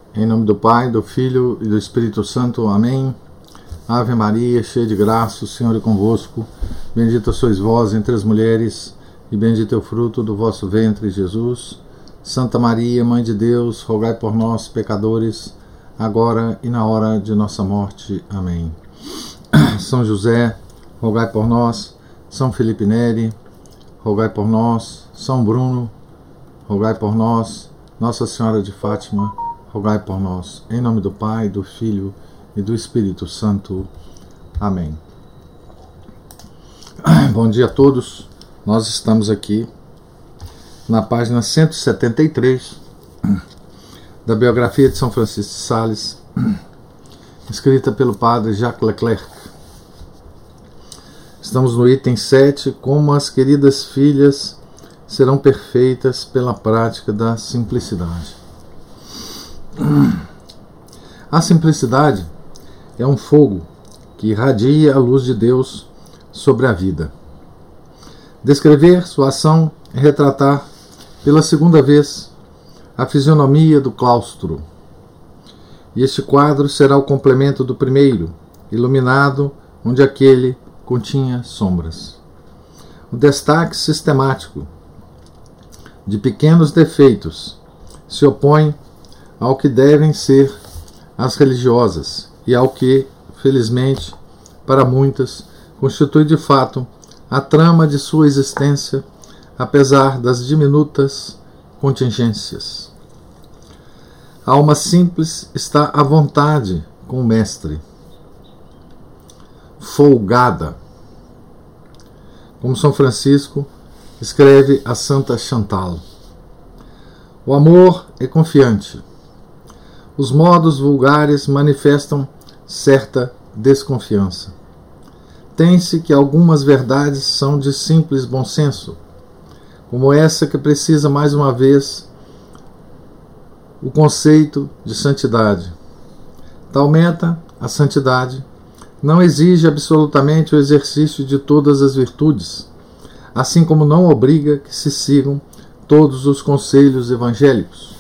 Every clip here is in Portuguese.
Em nome do Pai, do Filho e do Espírito Santo. Amém. Ave Maria, cheia de graça, o Senhor é convosco. Bendita sois vós entre as mulheres, e bendito é o fruto do vosso ventre, Jesus. Santa Maria, Mãe de Deus, rogai por nós, pecadores, agora e na hora de nossa morte. Amém. São José, rogai por nós. São Felipe Neri, rogai por nós. São Bruno, rogai por nós. Nossa Senhora de Fátima, rogai por nós. Em nome do Pai, do Filho e do Espírito Santo. Amém. Bom dia a todos. Nós estamos aqui na página 173 da biografia de São Francisco de Sales, escrita pelo padre Jacques Leclerc. Estamos no item 7, como as queridas filhas serão perfeitas pela prática da simplicidade. A simplicidade é um fogo que irradia a luz de Deus sobre a vida. Descrever sua ação é retratar, pela segunda vez, a fisionomia do claustro. E este quadro será o complemento do primeiro, iluminado onde aquele continha sombras. O destaque sistemático de pequenos defeitos se opõe ao que devem ser as religiosas e ao que, felizmente, para muitas, constitui de fato a trama de sua existência, apesar das diminutas contingências. A alma simples está à vontade com o Mestre, folgada, como São Francisco escreve a Santa Chantal. O amor é confiante. Os modos vulgares manifestam certa desconfiança. Tem-se que algumas verdades são de simples bom senso, como essa que precisa mais uma vez o conceito de santidade. Tal meta, a santidade, não exige absolutamente o exercício de todas as virtudes, assim como não obriga que se sigam todos os conselhos evangélicos.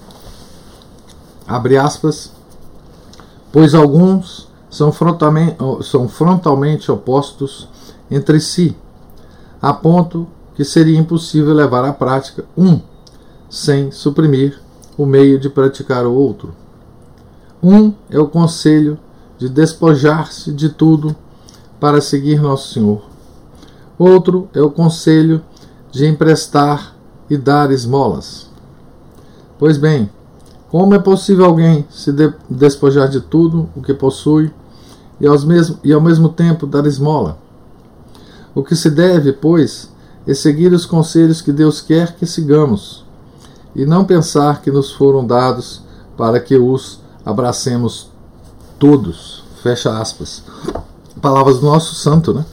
Abre aspas, pois alguns são frontalmente opostos entre si, a ponto que seria impossível levar à prática um, sem suprimir o meio de praticar o outro. Um é o conselho de despojar-se de tudo para seguir Nosso Senhor. Outro é o conselho de emprestar e dar esmolas. Pois bem, como é possível alguém se despojar de tudo o que possui e ao mesmo tempo dar esmola? O que se deve, pois, é seguir os conselhos que Deus quer que sigamos, e não pensar que nos foram dados para que os abracemos todos. Fecha aspas. Palavras do nosso santo, né?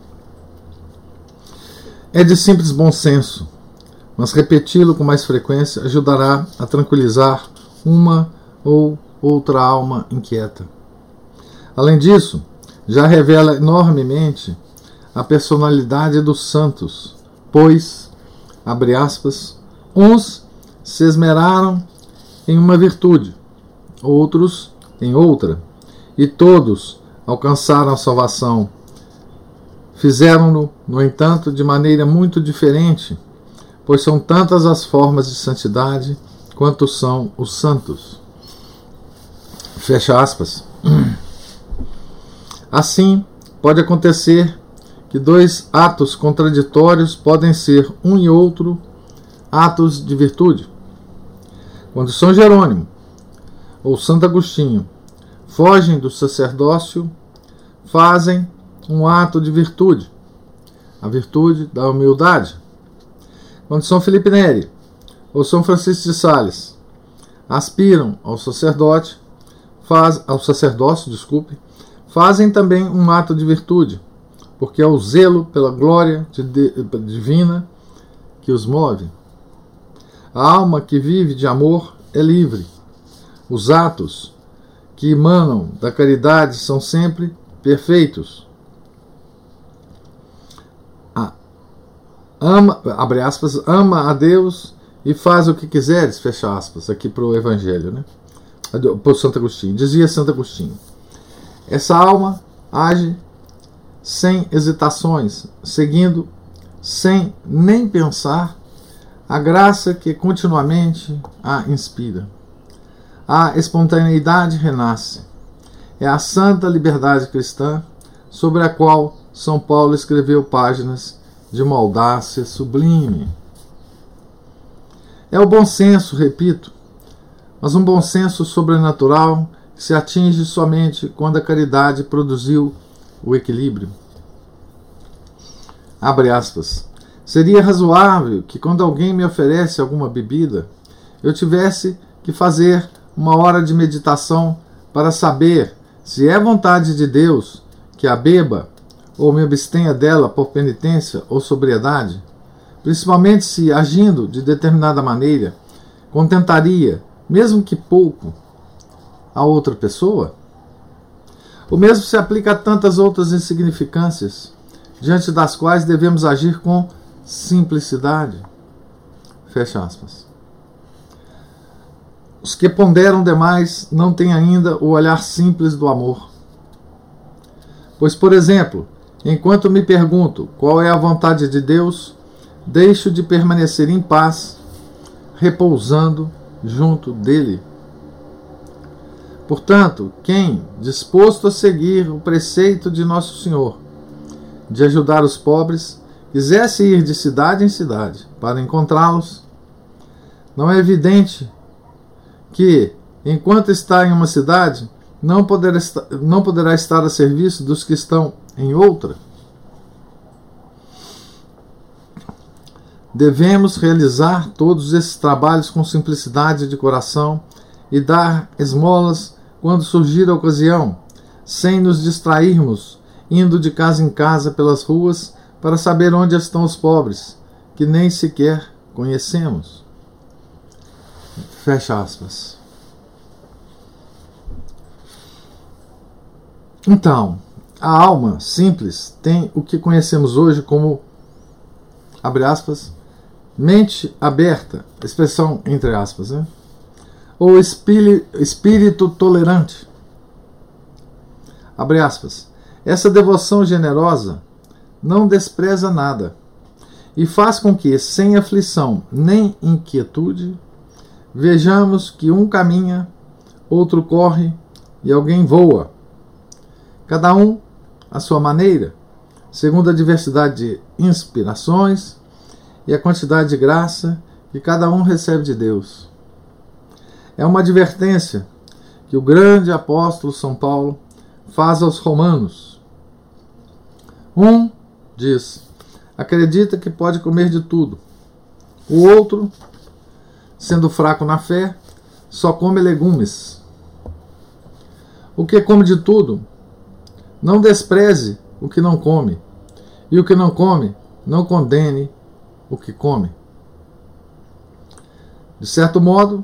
É de simples bom senso, mas repeti-lo com mais frequência ajudará a tranquilizar uma ou outra alma inquieta. Além disso, já revela enormemente a personalidade dos santos, pois, abre aspas, uns se esmeraram em uma virtude, outros em outra, e todos alcançaram a salvação. Fizeram-no, no entanto, de maneira muito diferente, pois são tantas as formas de santidade quanto são os santos. Fecha aspas. Assim, pode acontecer que dois atos contraditórios podem ser um e outro atos de virtude. Quando São Jerônimo ou Santo Agostinho fogem do sacerdócio, fazem um ato de virtude, a virtude da humildade. Quando São Felipe Neri ou São Francisco de Sales aspiram ao sacerdócio, fazem também um ato de virtude, porque é o zelo pela glória divina que os move. A alma que vive de amor é livre. Os atos que emanam da caridade são sempre perfeitos. Abre aspas, ama a Deus e faz o que quiseres, fecha aspas, aqui para o Evangelho, né? por Santo Agostinho. Dizia Santo Agostinho: essa alma age sem hesitações, seguindo, sem nem pensar, a graça que continuamente a inspira. A espontaneidade renasce. É a santa liberdade cristã sobre a qual São Paulo escreveu páginas de uma audácia sublime. É o bom senso, repito, mas um bom senso sobrenatural que se atinge somente quando a caridade produziu o equilíbrio. Abre aspas. Seria razoável que quando alguém me oferece alguma bebida, eu tivesse que fazer uma hora de meditação para saber se é vontade de Deus que a beba ou me abstenha dela por penitência ou sobriedade, principalmente se, agindo de determinada maneira, contentaria, mesmo que pouco, a outra pessoa? O mesmo se aplica a tantas outras insignificâncias, diante das quais devemos agir com simplicidade. Fecha aspas. Os que ponderam demais não têm ainda o olhar simples do amor. Pois, por exemplo, enquanto me pergunto qual é a vontade de Deus, deixo de permanecer em paz, repousando junto dele. Portanto, quem, disposto a seguir o preceito de Nosso Senhor, de ajudar os pobres, quisesse ir de cidade em cidade para encontrá-los, não é evidente que, enquanto está em uma cidade, não poderá estar a serviço dos que estão em outra? Devemos realizar todos esses trabalhos com simplicidade de coração e dar esmolas quando surgir a ocasião, sem nos distrairmos, indo de casa em casa pelas ruas para saber onde estão os pobres, que nem sequer conhecemos. Fecha aspas. Então, a alma simples tem o que conhecemos hoje como, abre aspas, mente aberta, expressão entre aspas, né? Ou espírito tolerante. Abre aspas. Essa devoção generosa não despreza nada e faz com que, sem aflição nem inquietude, vejamos que um caminha, outro corre e alguém voa. Cada um à sua maneira, segundo a diversidade de inspirações e a quantidade de graça que cada um recebe de Deus. É uma advertência que o grande apóstolo São Paulo faz aos romanos. Um diz: acredita que pode comer de tudo. O outro, sendo fraco na fé, só come legumes. O que come de tudo, não despreze o que não come, e o que não come, não condene o que come. De certo modo,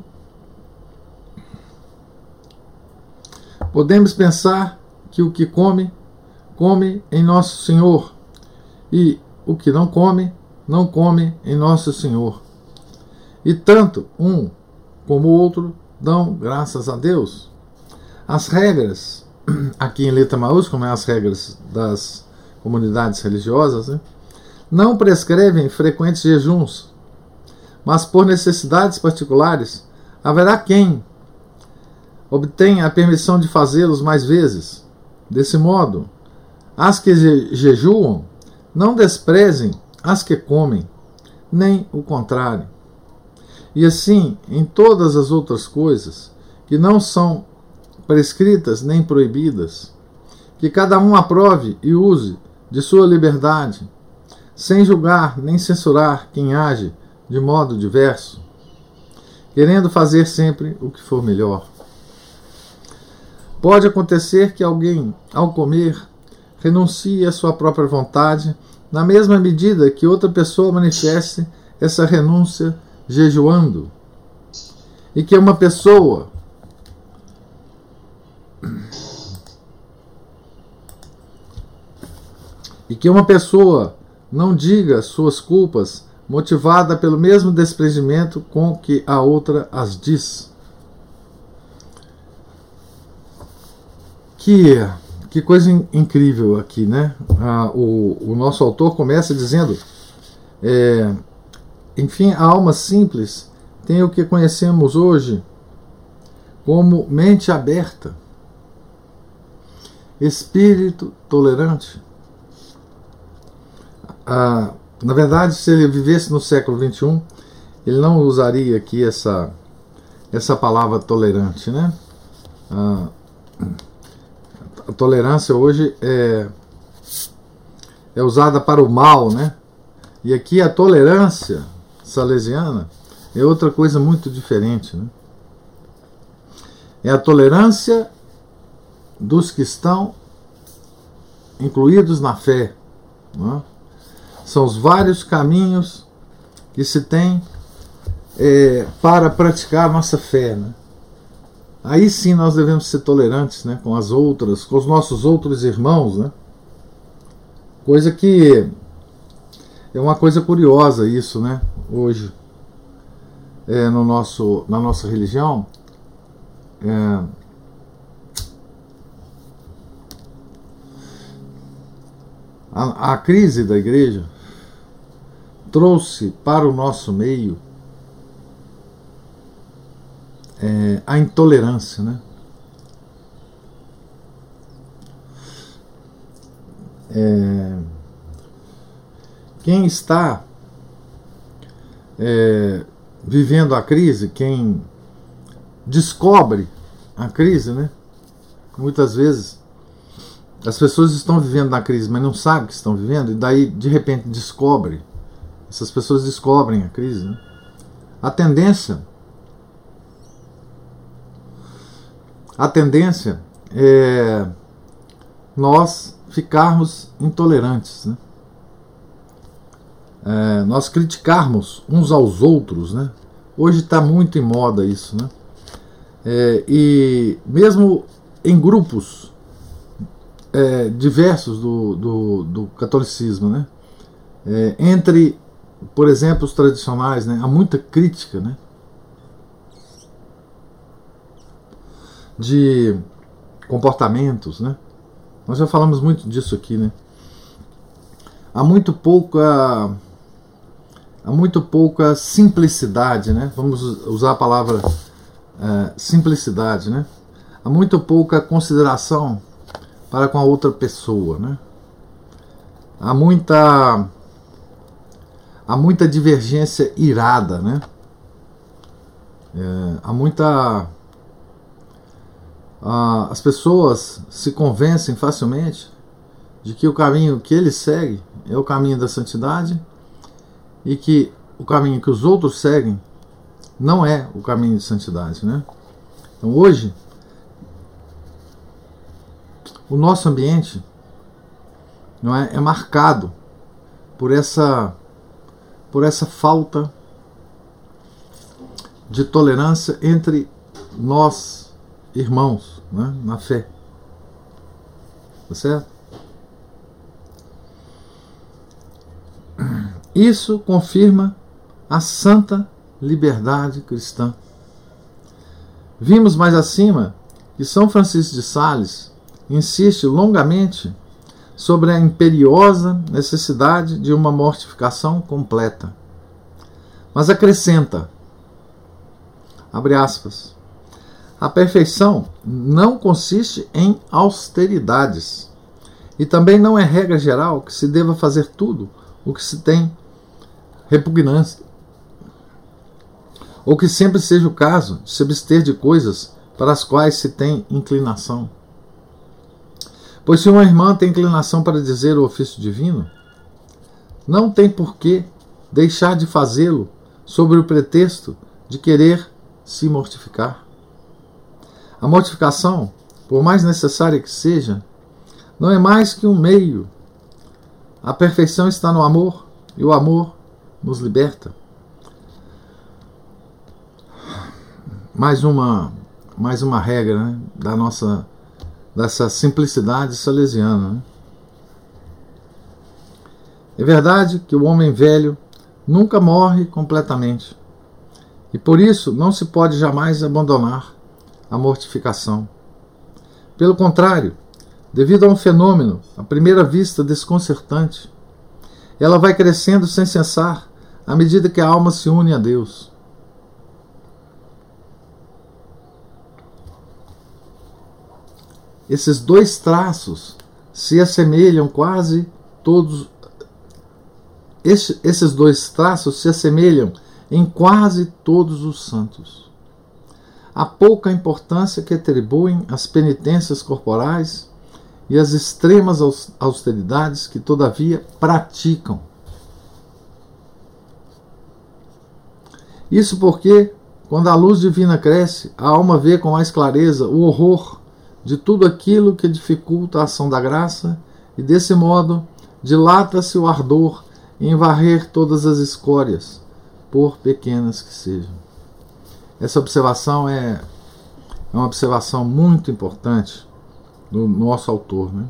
podemos pensar que o que come, come em Nosso Senhor, e o que não come, não come em Nosso Senhor. E tanto um como o outro dão graças a Deus. As regras, aqui em letra maiúscula, as regras das comunidades religiosas, né, não prescrevem frequentes jejuns, mas por necessidades particulares haverá quem obtenha a permissão de fazê-los mais vezes. Desse modo, as que jejuam não desprezem as que comem, nem o contrário. E assim, em todas as outras coisas que não são prescritas nem proibidas, que cada um aprove e use de sua liberdade, sem julgar nem censurar quem age de modo diverso, querendo fazer sempre o que for melhor. Pode acontecer que alguém, ao comer, renuncie à sua própria vontade, na mesma medida que outra pessoa manifeste essa renúncia jejuando, e que uma pessoa não diga suas culpas motivada pelo mesmo desprendimento com que a outra as diz. Que coisa incrível aqui, né? O nosso autor começa dizendo: enfim, a alma simples tem o que conhecemos hoje como mente aberta, espírito tolerante. Na verdade, se ele vivesse no século XXI, ele não usaria aqui essa palavra tolerante, né? A tolerância hoje é usada para o mal, né? E aqui a tolerância salesiana é outra coisa muito diferente, né? É a tolerância dos que estão incluídos na fé, né? São os vários caminhos que se tem para praticar a nossa fé, né? Aí sim nós devemos ser tolerantes, né, com as outras, com os nossos outros irmãos, né? Coisa que é uma coisa curiosa isso, né? Hoje, na nossa religião, a crise da igreja trouxe para o nosso meio a intolerância, né? Quem está vivendo a crise, quem descobre a crise, né? Muitas vezes as pessoas estão vivendo na crise, mas não sabem que estão vivendo, e daí de repente essas pessoas descobrem a crise, né? A tendência é nós ficarmos intolerantes, né? Nós criticarmos uns aos outros, né? Hoje está muito em moda isso, né? E mesmo em grupos diversos do catolicismo, né? Entre, por exemplo, os tradicionais, né? Há muita crítica, né? De comportamentos, né? Nós já falamos muito disso aqui, né? Há muito pouca simplicidade, né? Vamos usar a palavra simplicidade, né? Há muito pouca consideração para com a outra pessoa, né? Há muita divergência irada, né? As pessoas se convencem facilmente de que o caminho que eles seguem é o caminho da santidade e que o caminho que os outros seguem não é o caminho de santidade, né? Então hoje o nosso ambiente não é marcado por essa falta de tolerância entre nós irmãos, né, na fé. Tá certo? Isso confirma a santa liberdade cristã. Vimos mais acima que São Francisco de Sales insiste longamente sobre a imperiosa necessidade de uma mortificação completa. Mas acrescenta, abre aspas, a perfeição não consiste em austeridades, e também não é regra geral que se deva fazer tudo o que se tem repugnância, ou que sempre seja o caso de se abster de coisas para as quais se tem inclinação. Pois se uma irmã tem inclinação para dizer o ofício divino, não tem por que deixar de fazê-lo sob o pretexto de querer se mortificar. A mortificação, por mais necessária que seja, não é mais que um meio. A perfeição está no amor, e o amor nos liberta. Mais uma regra, né, dessa simplicidade salesiana, né? É verdade que o homem velho nunca morre completamente, e por isso não se pode jamais abandonar a mortificação. Pelo contrário, devido a um fenômeno, à primeira vista desconcertante, ela vai crescendo sem cessar à medida que a alma se une a Deus. Esses dois traços se assemelham quase todos. Esses dois traços se assemelham em quase todos os santos. Há pouca importância que atribuem às penitências corporais e às extremas austeridades que, todavia, praticam. Isso porque, quando a luz divina cresce, a alma vê com mais clareza o horror de tudo aquilo que dificulta a ação da graça e, desse modo, dilata-se o ardor em varrer todas as escórias, por pequenas que sejam. Essa observação é uma observação muito importante do nosso autor, né?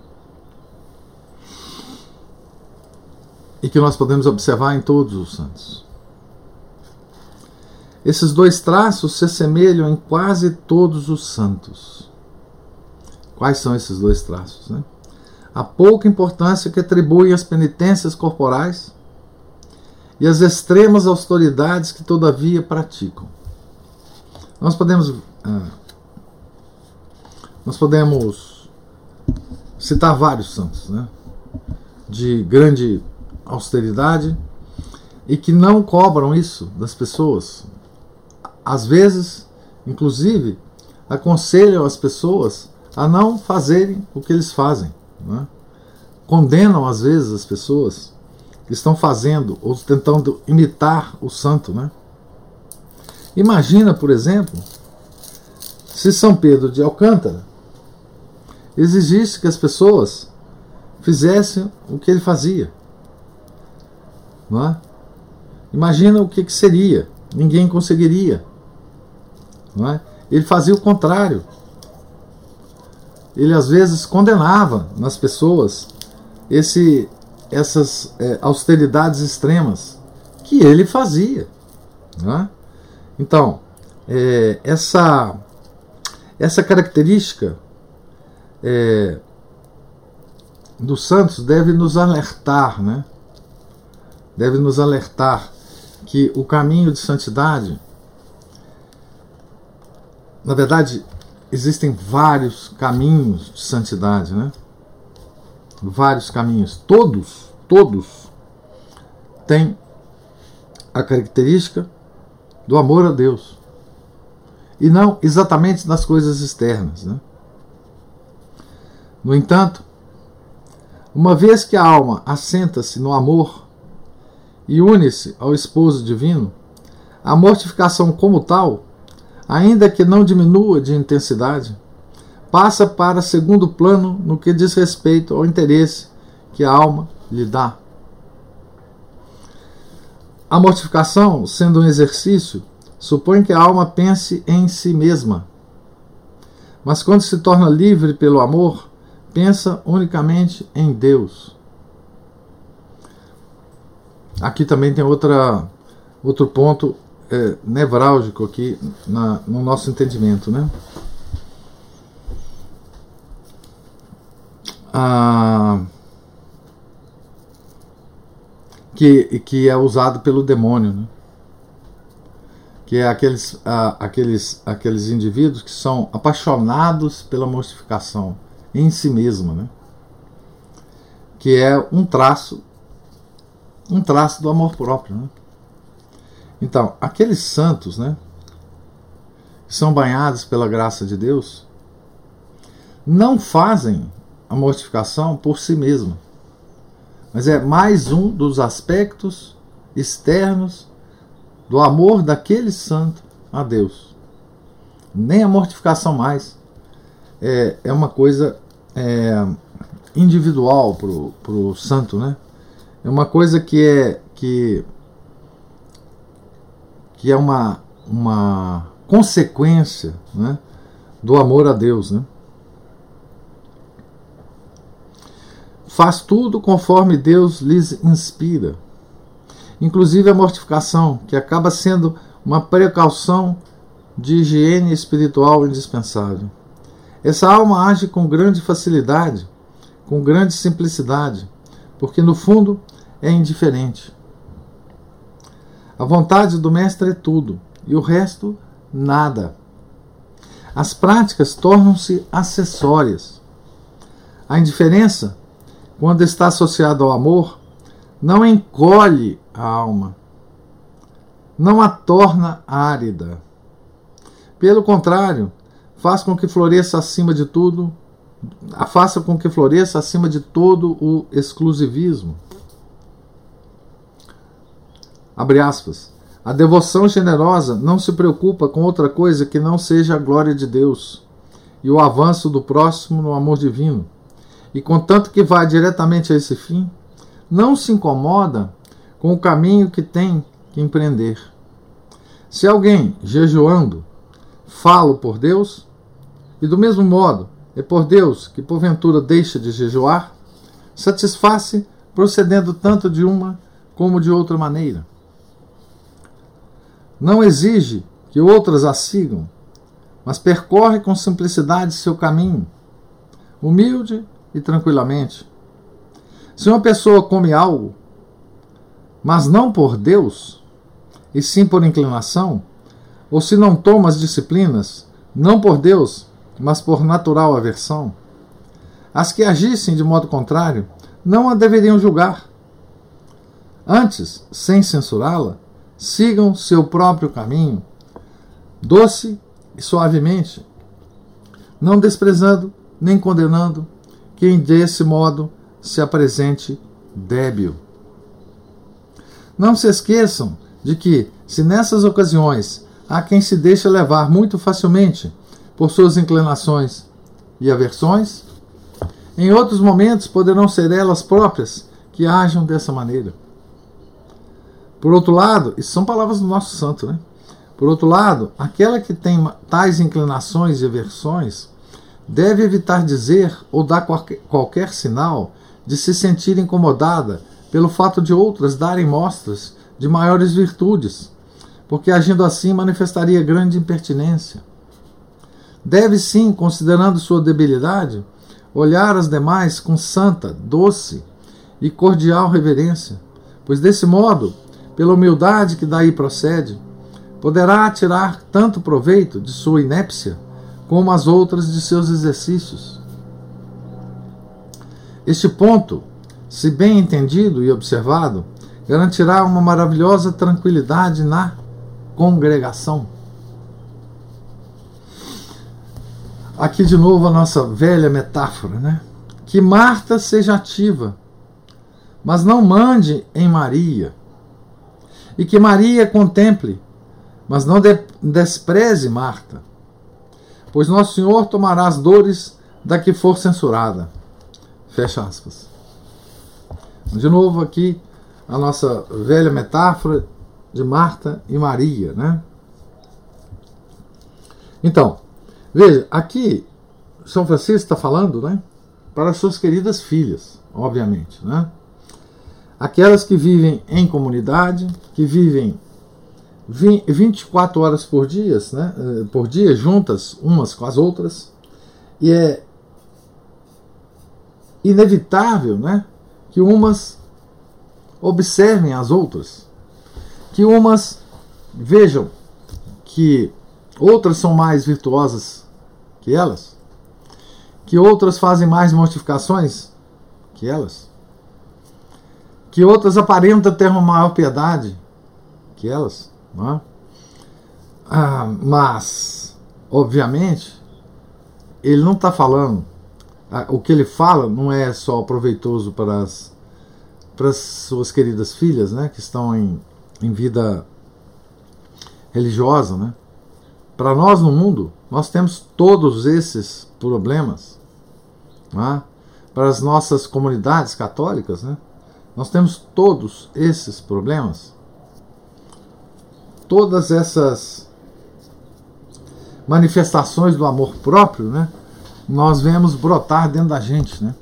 E que nós podemos observar em todos os santos. Esses dois traços se assemelham em quase todos os santos. Quais são esses dois traços, né? A pouca importância que atribuem às penitências corporais e às extremas austeridades que, todavia, praticam. Nós podemos citar vários santos, né, de grande austeridade e que não cobram isso das pessoas. Às vezes, inclusive, aconselham as pessoas a não fazerem o que eles fazem, né? Condenam, às vezes, as pessoas que estão fazendo ou tentando imitar o santo, né? Imagina, por exemplo, se São Pedro de Alcântara exigisse que as pessoas fizessem o que ele fazia, não é? Imagina o que seria. Ninguém conseguiria, não é? Ele fazia o contrário. Ele às vezes condenava nas pessoas essas austeridades extremas que ele fazia, não é? Então, essa característica dos santos deve nos alertar, né? Deve nos alertar que o caminho de santidade, na verdade, existem vários caminhos de santidade, né? Vários caminhos. Todos têm a característica do amor a Deus. E não exatamente nas coisas externas, né? No entanto, uma vez que a alma assenta-se no amor e une-se ao esposo divino, a mortificação como tal, ainda que não diminua de intensidade, passa para segundo plano no que diz respeito ao interesse que a alma lhe dá. A mortificação, sendo um exercício, supõe que a alma pense em si mesma. Mas quando se torna livre pelo amor, pensa unicamente em Deus. Aqui também tem outro ponto nevrálgico aqui no nosso entendimento, né? Que é usado pelo demônio, né? Que é aqueles indivíduos que são apaixonados pela mortificação em si mesma, né? Que é um traço do amor próprio, né? Então, aqueles santos, né, que são banhados pela graça de Deus, não fazem a mortificação por si mesma, mas é mais um dos aspectos externos do amor daquele santo a Deus. Nem a mortificação mais é uma coisa individual para o santo, né? É uma coisa que é uma consequência, né, do amor a Deus, né? Faz tudo conforme Deus lhes inspira, inclusive a mortificação, que acaba sendo uma precaução de higiene espiritual indispensável. Essa alma age com grande facilidade, com grande simplicidade, porque no fundo é indiferente. A vontade do mestre é tudo, e o resto, nada. As práticas tornam-se acessórias. A indiferença, quando está associada ao amor, não encolhe a alma, não a torna árida. Pelo contrário, faça com que floresça acima de todo o exclusivismo. Abre aspas. A devoção generosa não se preocupa com outra coisa que não seja a glória de Deus e o avanço do próximo no amor divino. E contanto que vá diretamente a esse fim, não se incomoda com o caminho que tem que empreender. Se alguém, jejuando, fala por Deus, e do mesmo modo é por Deus que porventura deixa de jejuar, satisfaz-se procedendo tanto de uma como de outra maneira. Não exige que outras a sigam, mas percorre com simplicidade seu caminho, humilde e tranquilamente. Se uma pessoa come algo, mas não por Deus, e sim por inclinação, ou se não toma as disciplinas, não por Deus, mas por natural aversão, as que agissem de modo contrário não a deveriam julgar. Antes, sem censurá-la, sigam seu próprio caminho, doce e suavemente, não desprezando nem condenando quem desse modo se apresente débil. Não se esqueçam de que, se nessas ocasiões há quem se deixa levar muito facilmente por suas inclinações e aversões, em outros momentos poderão ser elas próprias que ajam dessa maneira. Por outro lado, isso são palavras do nosso santo, né? Por outro lado, aquela que tem tais inclinações e aversões deve evitar dizer ou dar qualquer sinal de se sentir incomodada pelo fato de outras darem mostras de maiores virtudes, porque agindo assim manifestaria grande impertinência. Deve sim, considerando sua debilidade, olhar as demais com santa, doce e cordial reverência, pois desse modo, pela humildade que daí procede, poderá tirar tanto proveito de sua inépcia como as outras de seus exercícios. Este ponto, se bem entendido e observado, garantirá uma maravilhosa tranquilidade na congregação. Aqui de novo a nossa velha metáfora, né? Que Marta seja ativa, mas não mande em Maria. E que Maria contemple, mas não despreze Marta. Pois Nosso Senhor tomará as dores da que for censurada. Fecha aspas. De novo aqui a nossa velha metáfora de Marta e Maria, né? Então, veja, aqui São Francisco está falando, né, para as suas queridas filhas, obviamente, né? Aquelas que vivem em comunidade, que vivem 24 horas por dia, né, juntas umas com as outras, e é inevitável, né, que umas observem as outras, que umas vejam que outras são mais virtuosas que elas, que outras fazem mais mortificações que elas, que outras aparentam ter uma maior piedade que elas, não é? Mas, obviamente, ele não está falando, o que ele fala não é só proveitoso para as suas queridas filhas, né, que estão em vida religiosa, né? Para nós no mundo, nós temos todos esses problemas, né? Para as nossas comunidades católicas, né? Nós temos todos esses problemas, todas essas manifestações do amor próprio, né? Nós vemos brotar dentro da gente, né?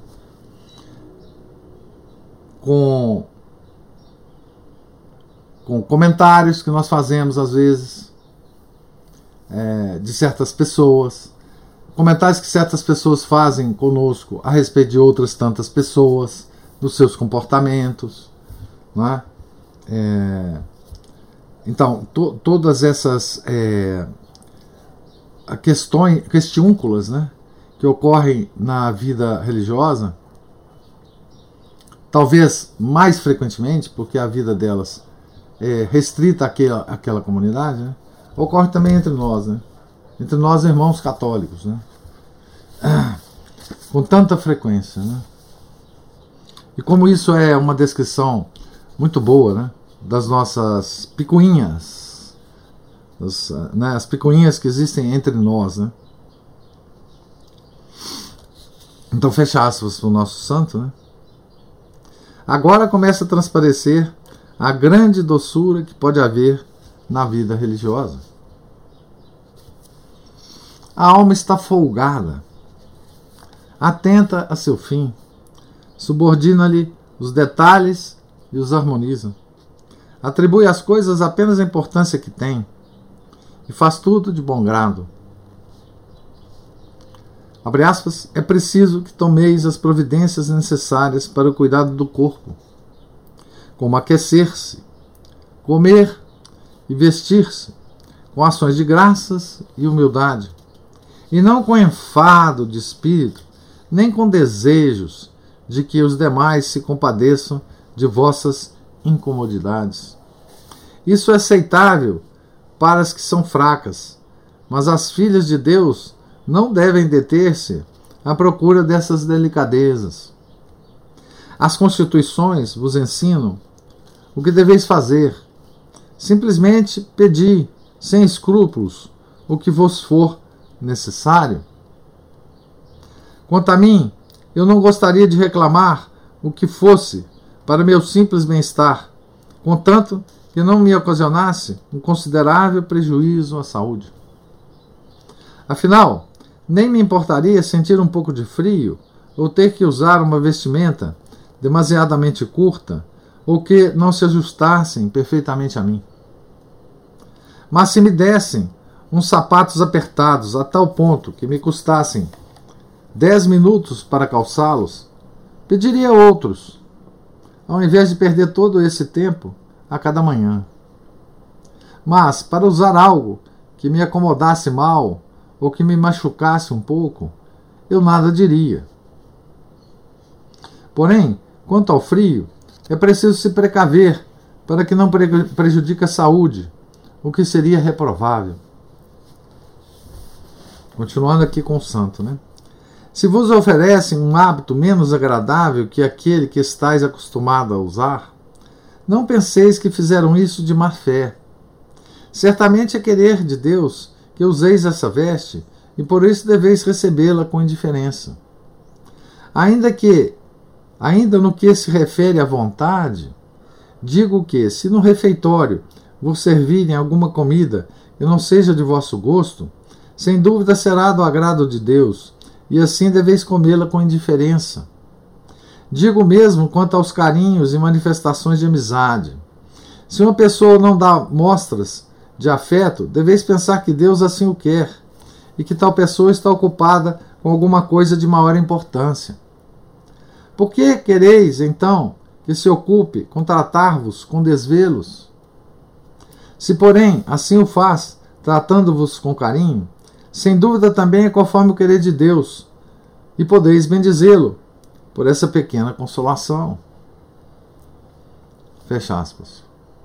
Com comentários que nós fazemos às vezes de certas pessoas, comentários que certas pessoas fazem conosco a respeito de outras tantas pessoas, dos seus comportamentos, não é? Então, todas essas questiúnculas, né, que ocorrem na vida religiosa, talvez mais frequentemente, porque a vida delas é restrita àquela comunidade, né, ocorre também entre nós, né, entre nós irmãos católicos, né, com tanta frequência, né. E como isso é uma descrição muito boa, né, das nossas picuinhas, as picuinhas que existem entre nós, né. Então, fecha aspas para o nosso santo, né. Agora começa a transparecer a grande doçura que pode haver na vida religiosa. A alma está folgada, atenta a seu fim, subordina-lhe os detalhes e os harmoniza. Atribui às coisas apenas a importância que têm e faz tudo de bom grado. Abre aspas, é preciso que tomeis as providências necessárias para o cuidado do corpo, como aquecer-se, comer e vestir-se, com ações de graças e humildade, e não com enfado de espírito, nem com desejos de que os demais se compadeçam de vossas incomodidades. Isso é aceitável para as que são fracas, mas as filhas de Deus não devem deter-se à procura dessas delicadezas. As constituições vos ensinam o que deveis fazer. Simplesmente pedi, sem escrúpulos, o que vos for necessário. Quanto a mim, eu não gostaria de reclamar o que fosse para meu simples bem-estar, contanto que não me ocasionasse um considerável prejuízo à saúde. Afinal, nem me importaria sentir um pouco de frio ou ter que usar uma vestimenta demasiadamente curta ou que não se ajustassem perfeitamente a mim. Mas se me dessem uns sapatos apertados a tal ponto que me custassem 10 minutos para calçá-los, pediria outros, ao invés de perder todo esse tempo a cada manhã. Mas, para usar algo que me acomodasse mal ou que me machucasse um pouco, eu nada diria. Porém, quanto ao frio, é preciso se precaver para que não prejudique a saúde, o que seria reprovável. Continuando aqui com o santo, né? Se vos oferecem um hábito menos agradável que aquele que estáis acostumado a usar, não penseis que fizeram isso de má fé. Certamente é querer de Deus que useis essa veste, e por isso deveis recebê-la com indiferença. Ainda no que se refere à vontade, digo que, se no refeitório vos servirem alguma comida que não seja de vosso gosto, sem dúvida será do agrado de Deus, e assim deveis comê-la com indiferença. Digo mesmo quanto aos carinhos e manifestações de amizade. Se uma pessoa não dá mostras de afeto, deveis pensar que Deus assim o quer, e que tal pessoa está ocupada com alguma coisa de maior importância. Por que quereis, então, que se ocupe com tratar-vos com desvelos? Se, porém, assim o faz, tratando-vos com carinho, sem dúvida também é conforme o querer de Deus, e podeis bendizê-lo por essa pequena consolação. Fecha aspas.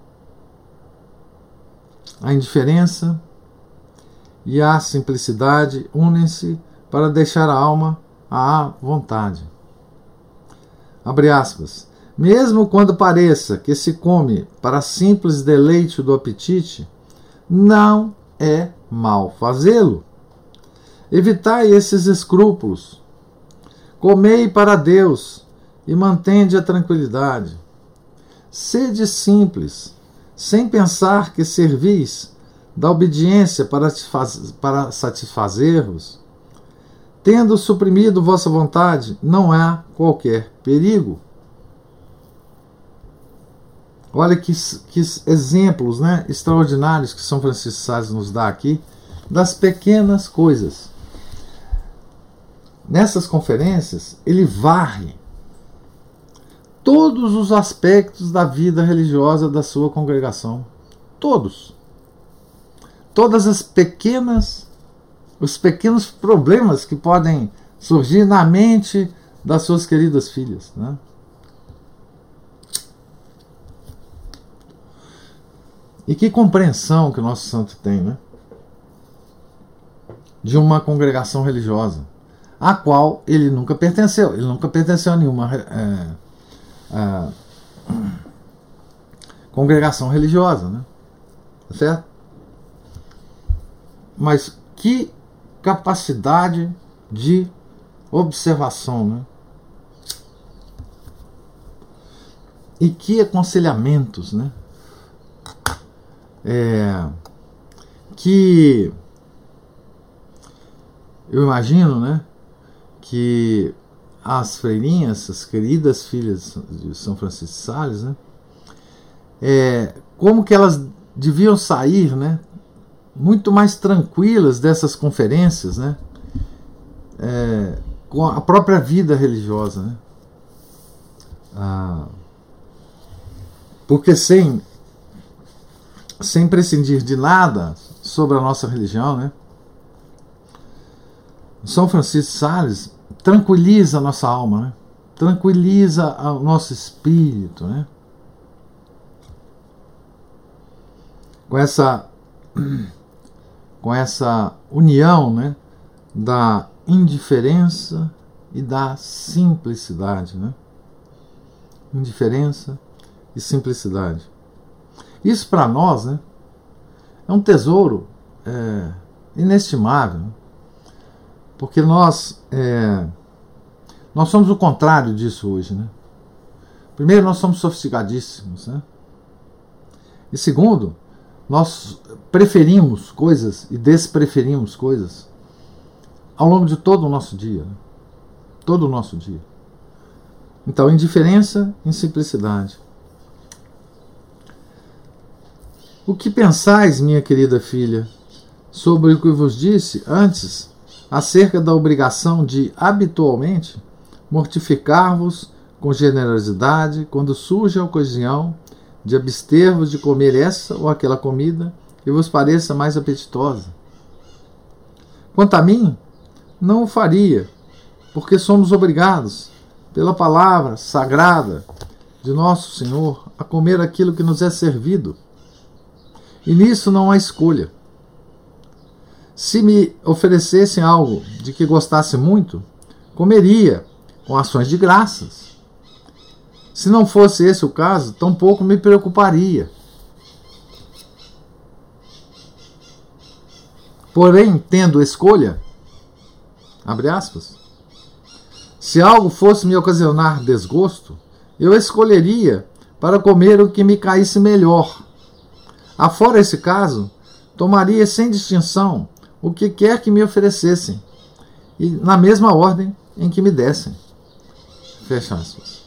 A indiferença e a simplicidade unem-se para deixar a alma à vontade. Abre aspas. Mesmo quando pareça que se come para simples deleite do apetite, não é mal fazê-lo. Evitai esses escrúpulos. Comei para Deus e mantende a tranquilidade. Sede simples, sem pensar que servis da obediência para satisfazer-vos. Tendo suprimido vossa vontade, não há qualquer perigo. Olha que exemplos, né, extraordinários que São Francisco de Sales nos dá aqui, das pequenas coisas. nessas conferências, ele varre todos os aspectos da vida religiosa da sua congregação. Todos. Todas os pequenos problemas que podem surgir na mente das suas queridas filhas, né? E que compreensão que o nosso santo tem, né? De uma congregação religiosa, a qual ele nunca pertenceu. Ele nunca pertenceu a nenhuma congregação religiosa, né? Certo? Mas que capacidade de observação, né? E que aconselhamentos, né? Que eu imagino, né, que as freirinhas, as queridas filhas de São Francisco de Sales, né, como que elas deviam sair, né, muito mais tranquilas dessas conferências, né, com a própria vida religiosa, né, porque sem prescindir de nada sobre a nossa religião, né, São Francisco de Sales tranquiliza a nossa alma, né, tranquiliza o nosso espírito, né, com essa união, né, da indiferença e da simplicidade, né? Indiferença e simplicidade. Isso para nós, né, é um tesouro inestimável, né? Porque nós somos o contrário disso hoje, né? Primeiro, nós somos sofisticadíssimos, né? E segundo, nós preferimos coisas e despreferimos coisas ao longo de todo o nosso dia, né? Todo o nosso dia. Então, indiferença e simplicidade. O que pensais, minha querida filha, sobre o que vos disse antes acerca da obrigação de habitualmente mortificar-vos com generosidade quando surge a ocasião de abster-vos de comer essa ou aquela comida que vos pareça mais apetitosa? Quanto a mim, não o faria, porque somos obrigados, pela palavra sagrada de nosso Senhor, a comer aquilo que nos é servido. E nisso não há escolha. Se me oferecessem algo de que gostasse muito, comeria com ações de graças. Se não fosse esse o caso, tampouco me preocuparia. Porém, tendo escolha, abre aspas, se algo fosse me ocasionar desgosto, eu escolheria para comer o que me caísse melhor. Afora esse caso, tomaria sem distinção o que quer que me oferecessem, e na mesma ordem em que me dessem. Fecha aspas.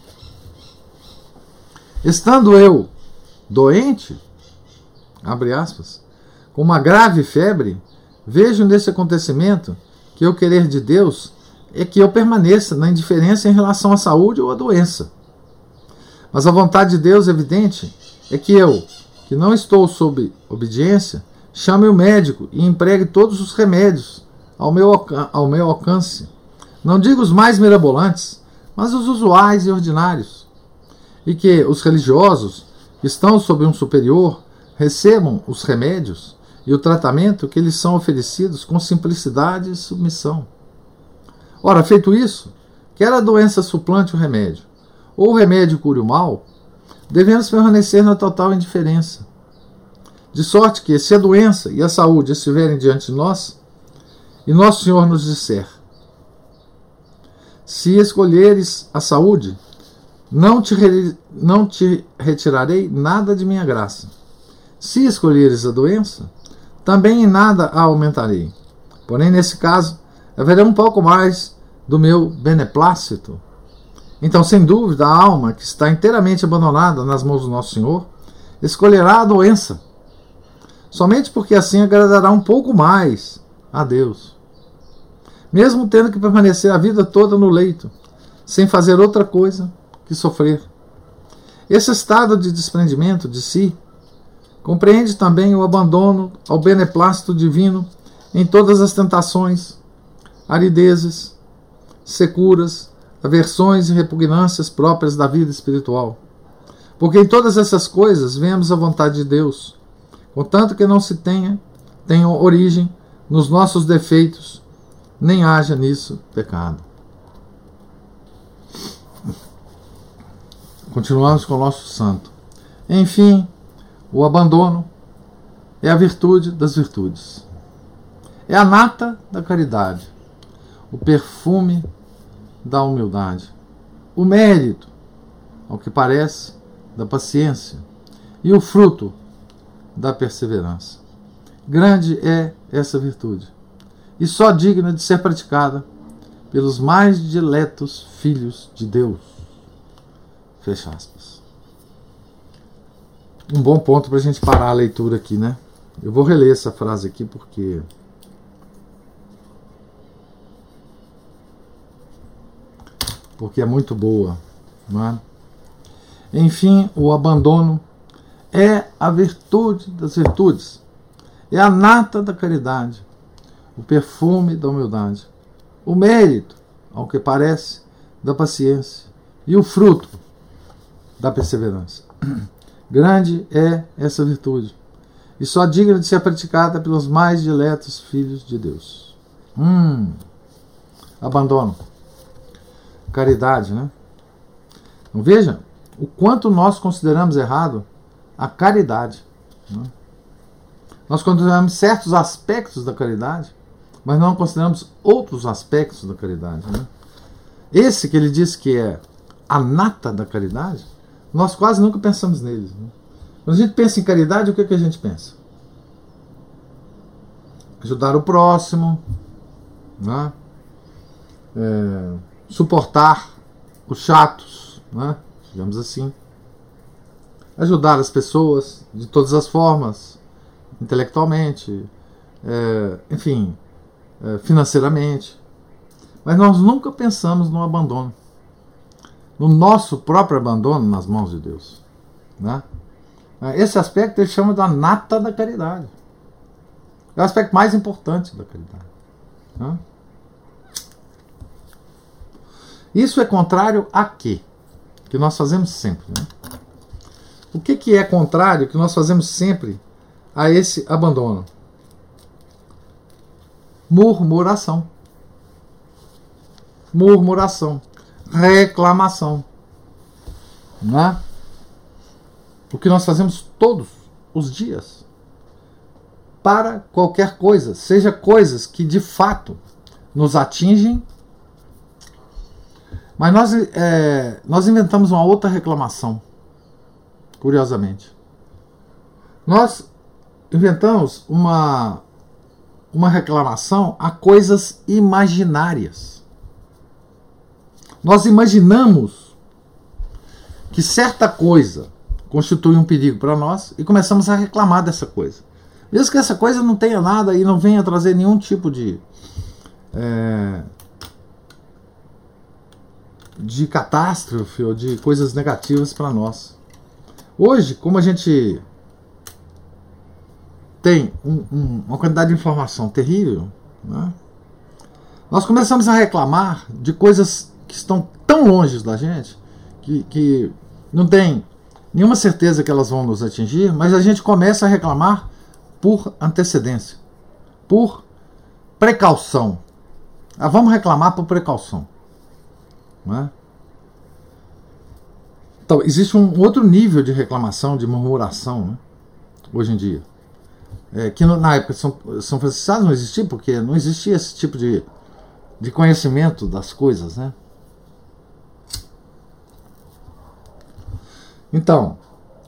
Estando eu doente, abre aspas, com uma grave febre, vejo nesse acontecimento que o querer de Deus é que eu permaneça na indiferença em relação à saúde ou à doença. Mas a vontade de Deus, evidente, é que eu, que não estou sob obediência, chame o médico e empregue todos os remédios ao meu alcance. Não digo os mais mirabolantes, mas os usuais e ordinários. E que os religiosos, que estão sob um superior, recebam os remédios e o tratamento que lhes são oferecidos com simplicidade e submissão. Ora, feito isso, quer a doença suplante o remédio, ou o remédio cure o mal, devemos permanecer na total indiferença. De sorte que, se a doença e a saúde estiverem diante de nós, e nosso Senhor nos disser, se escolheres a saúde, não te retirarei nada de minha graça. Se escolheres a doença, também em nada a aumentarei. Porém, nesse caso, haverá um pouco mais do meu beneplácito. Então, sem dúvida, a alma que está inteiramente abandonada nas mãos do nosso Senhor escolherá a doença, somente porque assim agradará um pouco mais a Deus. mesmo tendo que permanecer a vida toda no leito, sem fazer outra coisa que sofrer. Esse estado de desprendimento de si compreende também o abandono ao beneplácito divino em todas as tentações, aridezes, securas, aversões e repugnâncias próprias da vida espiritual. Porque em todas essas coisas vemos a vontade de Deus, contanto que não se tenham origem nos nossos defeitos, nem haja nisso pecado. Continuamos com o nosso santo. Enfim, o abandono é a virtude das virtudes. É a nata da caridade, o perfume da humildade, o mérito, ao que parece, da paciência e o fruto da perseverança. Grande é essa virtude, e só digna de ser praticada pelos mais diletos filhos de Deus. Fecha aspas. Um bom ponto para a gente parar a leitura aqui, né? Eu vou reler essa frase aqui porque é muito boa, não é? Enfim, o abandono é a virtude das virtudes, é a nata da caridade, o perfume da humildade, o mérito, ao que parece, da paciência e o fruto da perseverança. Grande é essa virtude, e só digna de ser praticada pelos mais diletos filhos de Deus. Abandono. Caridade, né? Então, veja o quanto nós consideramos errado a caridade, né? Nós consideramos certos aspectos da caridade, mas não consideramos outros aspectos da caridade, né? Esse que ele diz que é a nata da caridade, nós quase nunca pensamos neles, né? Quando a gente pensa em caridade, o que a gente pensa? Ajudar o próximo, né? Suportar os chatos, né? Digamos assim, ajudar as pessoas de todas as formas, intelectualmente, enfim, financeiramente. Mas nós nunca pensamos no abandono, no nosso próprio abandono nas mãos de Deus, né? Esse aspecto ele chama da nata da caridade. É o aspecto mais importante da caridade, né? Isso é contrário a quê? Que nós fazemos sempre, né? O que é contrário que nós fazemos sempre a esse abandono? Murmuração. Murmuração. Reclamação. Né? O que nós fazemos todos os dias para qualquer coisa, seja coisas que de fato nos atingem. Mas nós inventamos uma outra reclamação, curiosamente. Nós inventamos uma reclamação a coisas imaginárias. Nós imaginamos que certa coisa constitui um perigo para nós e começamos a reclamar dessa coisa. Mesmo que essa coisa não tenha nada e não venha trazer nenhum tipo de catástrofe ou de coisas negativas para nós. Hoje, como a gente tem uma quantidade de informação terrível, né, nós começamos a reclamar de coisas que estão tão longe da gente que não tem nenhuma certeza que elas vão nos atingir, mas a gente começa a reclamar por antecedência, por precaução. Vamos reclamar por precaução. Né? Então, existe um outro nível de reclamação, de murmuração, né? Hoje em dia. Que na época de São Francisco não existia, porque não existia esse tipo de conhecimento das coisas, né? Então,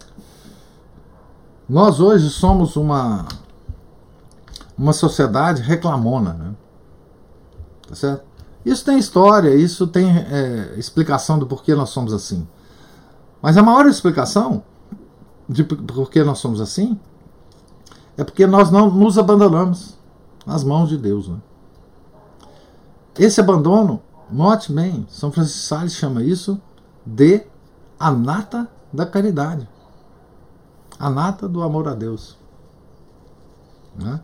nós hoje somos uma sociedade reclamona, né? Tá certo? Isso tem história, isso tem explicação do porquê nós somos assim. Mas a maior explicação de porquê nós somos assim é porque nós não nos abandonamos nas mãos de Deus, né? Esse abandono, note bem, São Francisco de Sales chama isso de a nata da caridade, a nata do amor a Deus, né?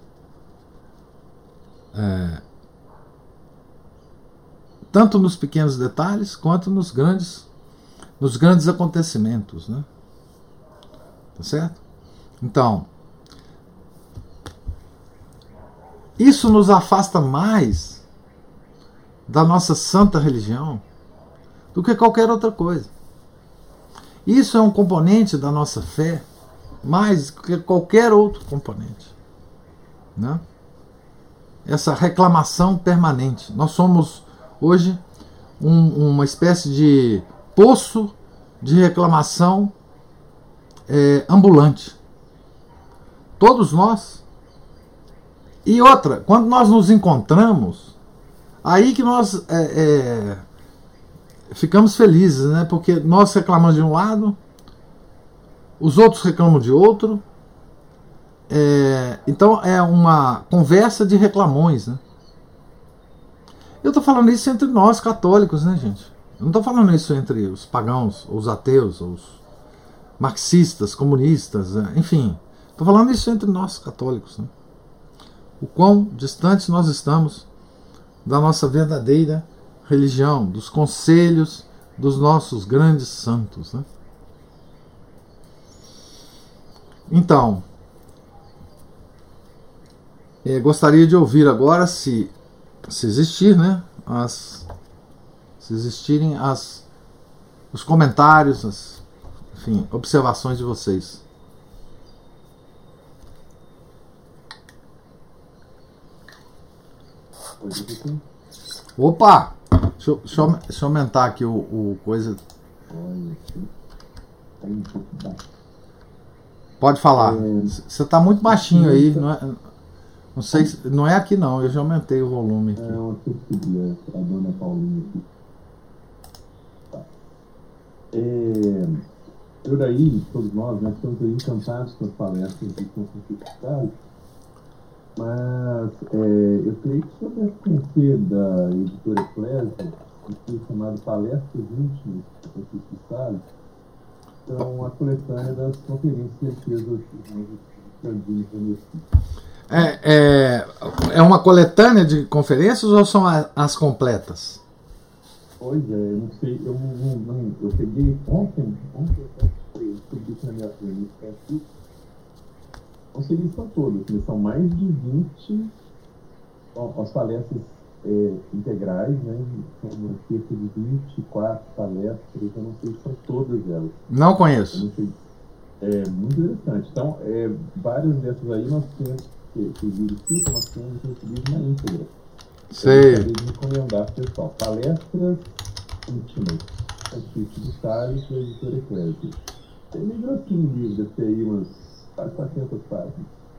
Tanto nos pequenos detalhes quanto nos grandes acontecimentos, né? Tá certo? Então, isso nos afasta mais da nossa santa religião do que qualquer outra coisa. Isso é um componente da nossa fé mais do que qualquer outro componente, né? Essa reclamação permanente. Nós somos hoje uma espécie de poço de reclamação ambulante. Todos nós. E outra, quando nós nos encontramos, aí que nós ficamos felizes, né? Porque nós reclamamos de um lado, os outros reclamam de outro. Então é uma conversa de reclamões, né? Eu estou falando isso entre nós católicos, né, gente? Eu não estou falando isso entre os pagãos, os ateus, os marxistas, comunistas, enfim. Estou falando isso entre nós católicos, né? O quão distantes nós estamos da nossa verdadeira religião, dos conselhos dos nossos grandes santos, né? Então, gostaria de ouvir agora, se existir, né, se existirem os comentários, enfim, observações de vocês. Opa! Deixa eu aumentar aqui o coisa. Pode falar. Você está muito baixinho aí. Não sei, não é aqui não. Eu já aumentei o volume aqui. Eu subir a dona Paulinha aqui. Tá. Por aí, todos nós, né, estamos encantados com as palestras de São Francisco de Sales. Mas eu creio que você deve conhecer da editora Eclésia, um curso chamado Palestras Íntimas de Francisco de Sales. Então, a coletânea das conferências que ele fez hoje nos É uma coletânea de conferências ou são as completas? Pois é, eu não sei, eu peguei ontem eu subi isso na minha frente. Não sei se são todas, mas são mais de 20 as palestras integrais, né? São cerca de 24 palestras, eu não sei se são todas elas. Não conheço. Eu não sei. É muito interessante. Então, várias dessas aí nós temos que verificar, nós temos recebido na íntegra. Sei. Eu gostaria de recomendar, pessoal, palestras íntimas, Francisco de Sales, da editora Eclésia. Tem meio grossinho o livro, deve ter aí umas quase 400 páginas.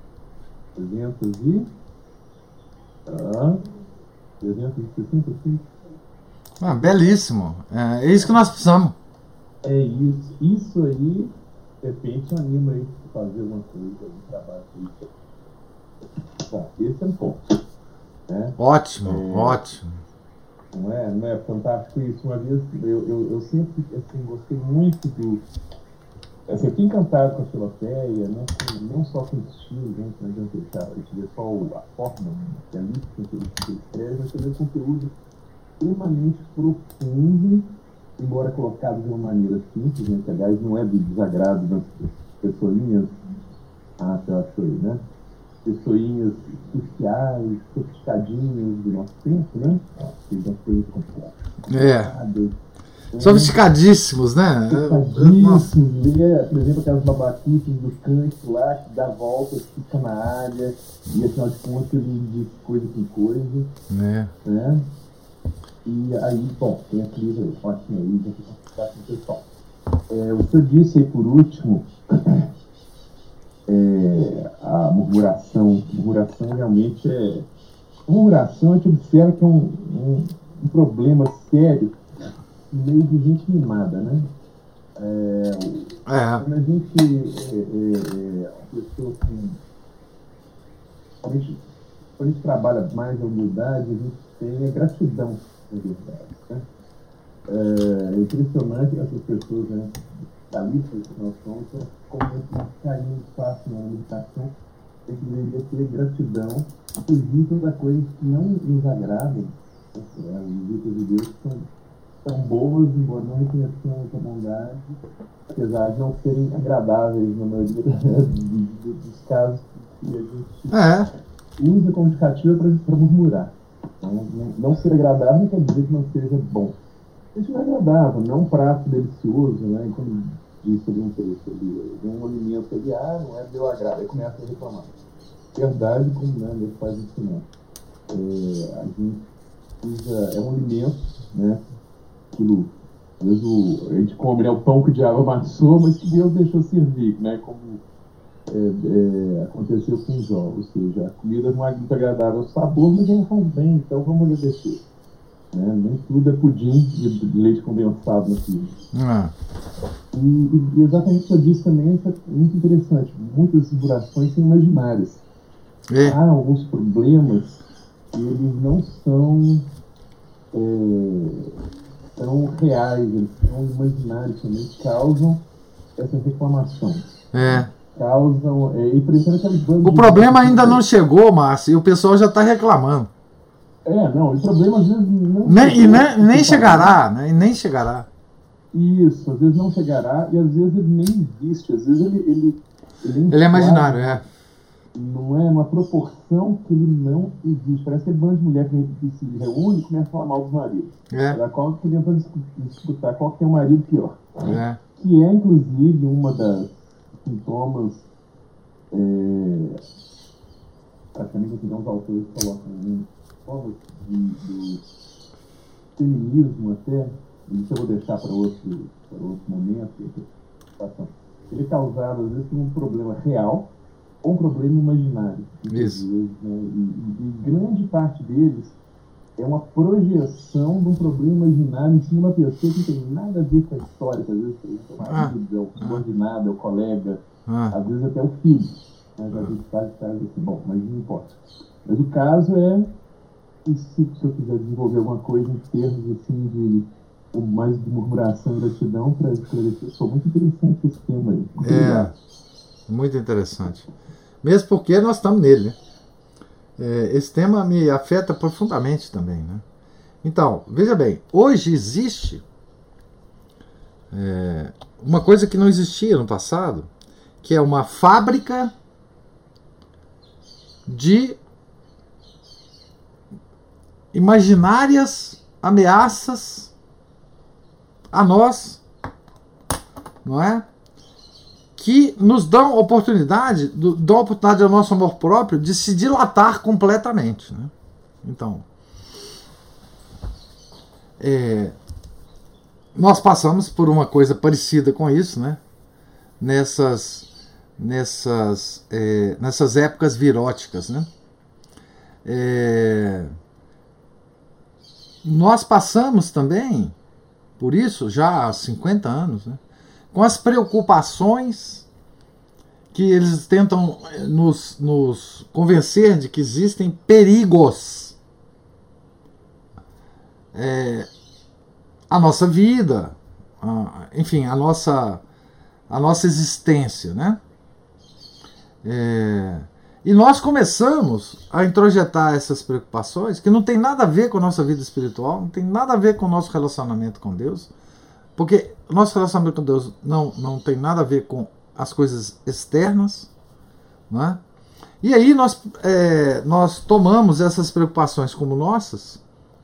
365. Belíssimo. É isso que nós precisamos. É isso. Isso aí, de repente, anima aí a fazer alguma coisa, algum trabalho. Bom, esse é um ponto. Né? Ótimo, ótimo. Não é fantástico isso? Uma vez, eu sempre gostei muito do... Eu fiquei encantado com a filoteia, não só com o estilo, né, não adianta deixar só a forma, que é ali que ele escreve, mas também o conteúdo extremamente profundo, embora colocado de uma maneira simples, né, que aliás não é do desagrado das pessoinhas, eu acho aí, né? Pessoinhas sociais, sofisticadinhas do nosso tempo, né? Que já foi complicadas. Sofisticadíssimos, né? Sofisticadíssimos, por exemplo, aquelas babaquices do Kant lá, que dá volta, fica na área, e afinal de contas ele diz coisa com coisa. Né? E aí, bom, tem a crise aí, ótimo aí, já fica complicado com o pessoal. O que eu disse aí por último, a murmuração. Murmuração realmente murmuração, a gente observa que é um problema sério meio de gente mimada, né? Quando a gente a pessoa assim, realmente quando a gente trabalha mais a humildade, a gente tem a gratidão, na verdade. Né? É impressionante essas pessoas, né, calistas que nós somos, como nós caímos fácil na meditação, tem que deveria ter gratidão, inclusive para coisas que não nos agradam. As visitas de Deus são boas, embora não reconheçamos a bondade, apesar de não serem agradáveis na maioria dos casos que a gente usa como indicativo para murmurar. Então, não ser agradável não quer dizer que não seja bom. Isso não é agradável, não é um prato delicioso, né? Como disse ali um texto ali, um alimento ali, não é do meu agrado, aí começa a reclamar. Verdade, como Deus faz ensinar. A gente usa, é um alimento, né? Aquilo, às vezes a gente come, né, o pão que o diabo amassou, mas que Deus deixou servir, né? Como aconteceu com Jó, ou seja, a comida não é muito agradável ao sabor, mas ela faz bem, então vamos agradecer. Né? Nem tudo é pudim de leite condensado na vida. E exatamente o que eu disse também é muito interessante. Muitas dessas durações são imaginárias. Há alguns problemas que eles não são reais, eles são imaginários também, causam essa reclamação. Causam. O problema ainda não chegou, Márcio, e o pessoal já está reclamando. Não, o problema às vezes não. Nem chegará, né? Nem chegará. Isso, às vezes não chegará e às vezes ele nem existe, às vezes ele é imaginário, Não é uma proporção que ele não existe. Parece que é bando de mulher que se reúne e começa a falar mal dos maridos. Qual que tentando disputar qual que é o marido pior. Que é, inclusive, uma das sintomas. Praticamente que uns autores colocam formas de feminismo até. Isso eu vou deixar para outro momento. Ele é causado, às vezes, por um problema real ou um problema imaginário. Isso. Vezes, né? E grande parte deles é uma projeção de um problema imaginário em cima de uma pessoa que não tem nada a ver com a história, que às vezes é o marido, é o subordinado, é o colega, às vezes até o filho. Mas a gente faz assim, bom, mas não importa. Mas o caso é, se eu quiser desenvolver alguma coisa em termos assim mais de murmuração e gratidão para esclarecer, sou muito interessante esse tema aí. Muito interessante. Mesmo porque nós estamos nele, né? Esse tema me afeta profundamente também, né? Então, veja bem, hoje existe uma coisa que não existia no passado, que é uma fábrica de imaginárias ameaças a nós, não é? Que nos dão oportunidade ao nosso amor próprio de se dilatar completamente, né? Então, nós passamos por uma coisa parecida com isso, né? Nessas épocas viróticas, né? Nós passamos também por isso já há 50 anos, né? Com as preocupações que eles tentam nos convencer de que existem perigos à nossa vida, enfim, a nossa existência, né? E nós começamos a introjetar essas preocupações que não tem nada a ver com a nossa vida espiritual, não tem nada a ver com o nosso relacionamento com Deus, porque o nosso relacionamento com Deus não tem nada a ver com as coisas externas, não é? E aí nós tomamos essas preocupações como nossas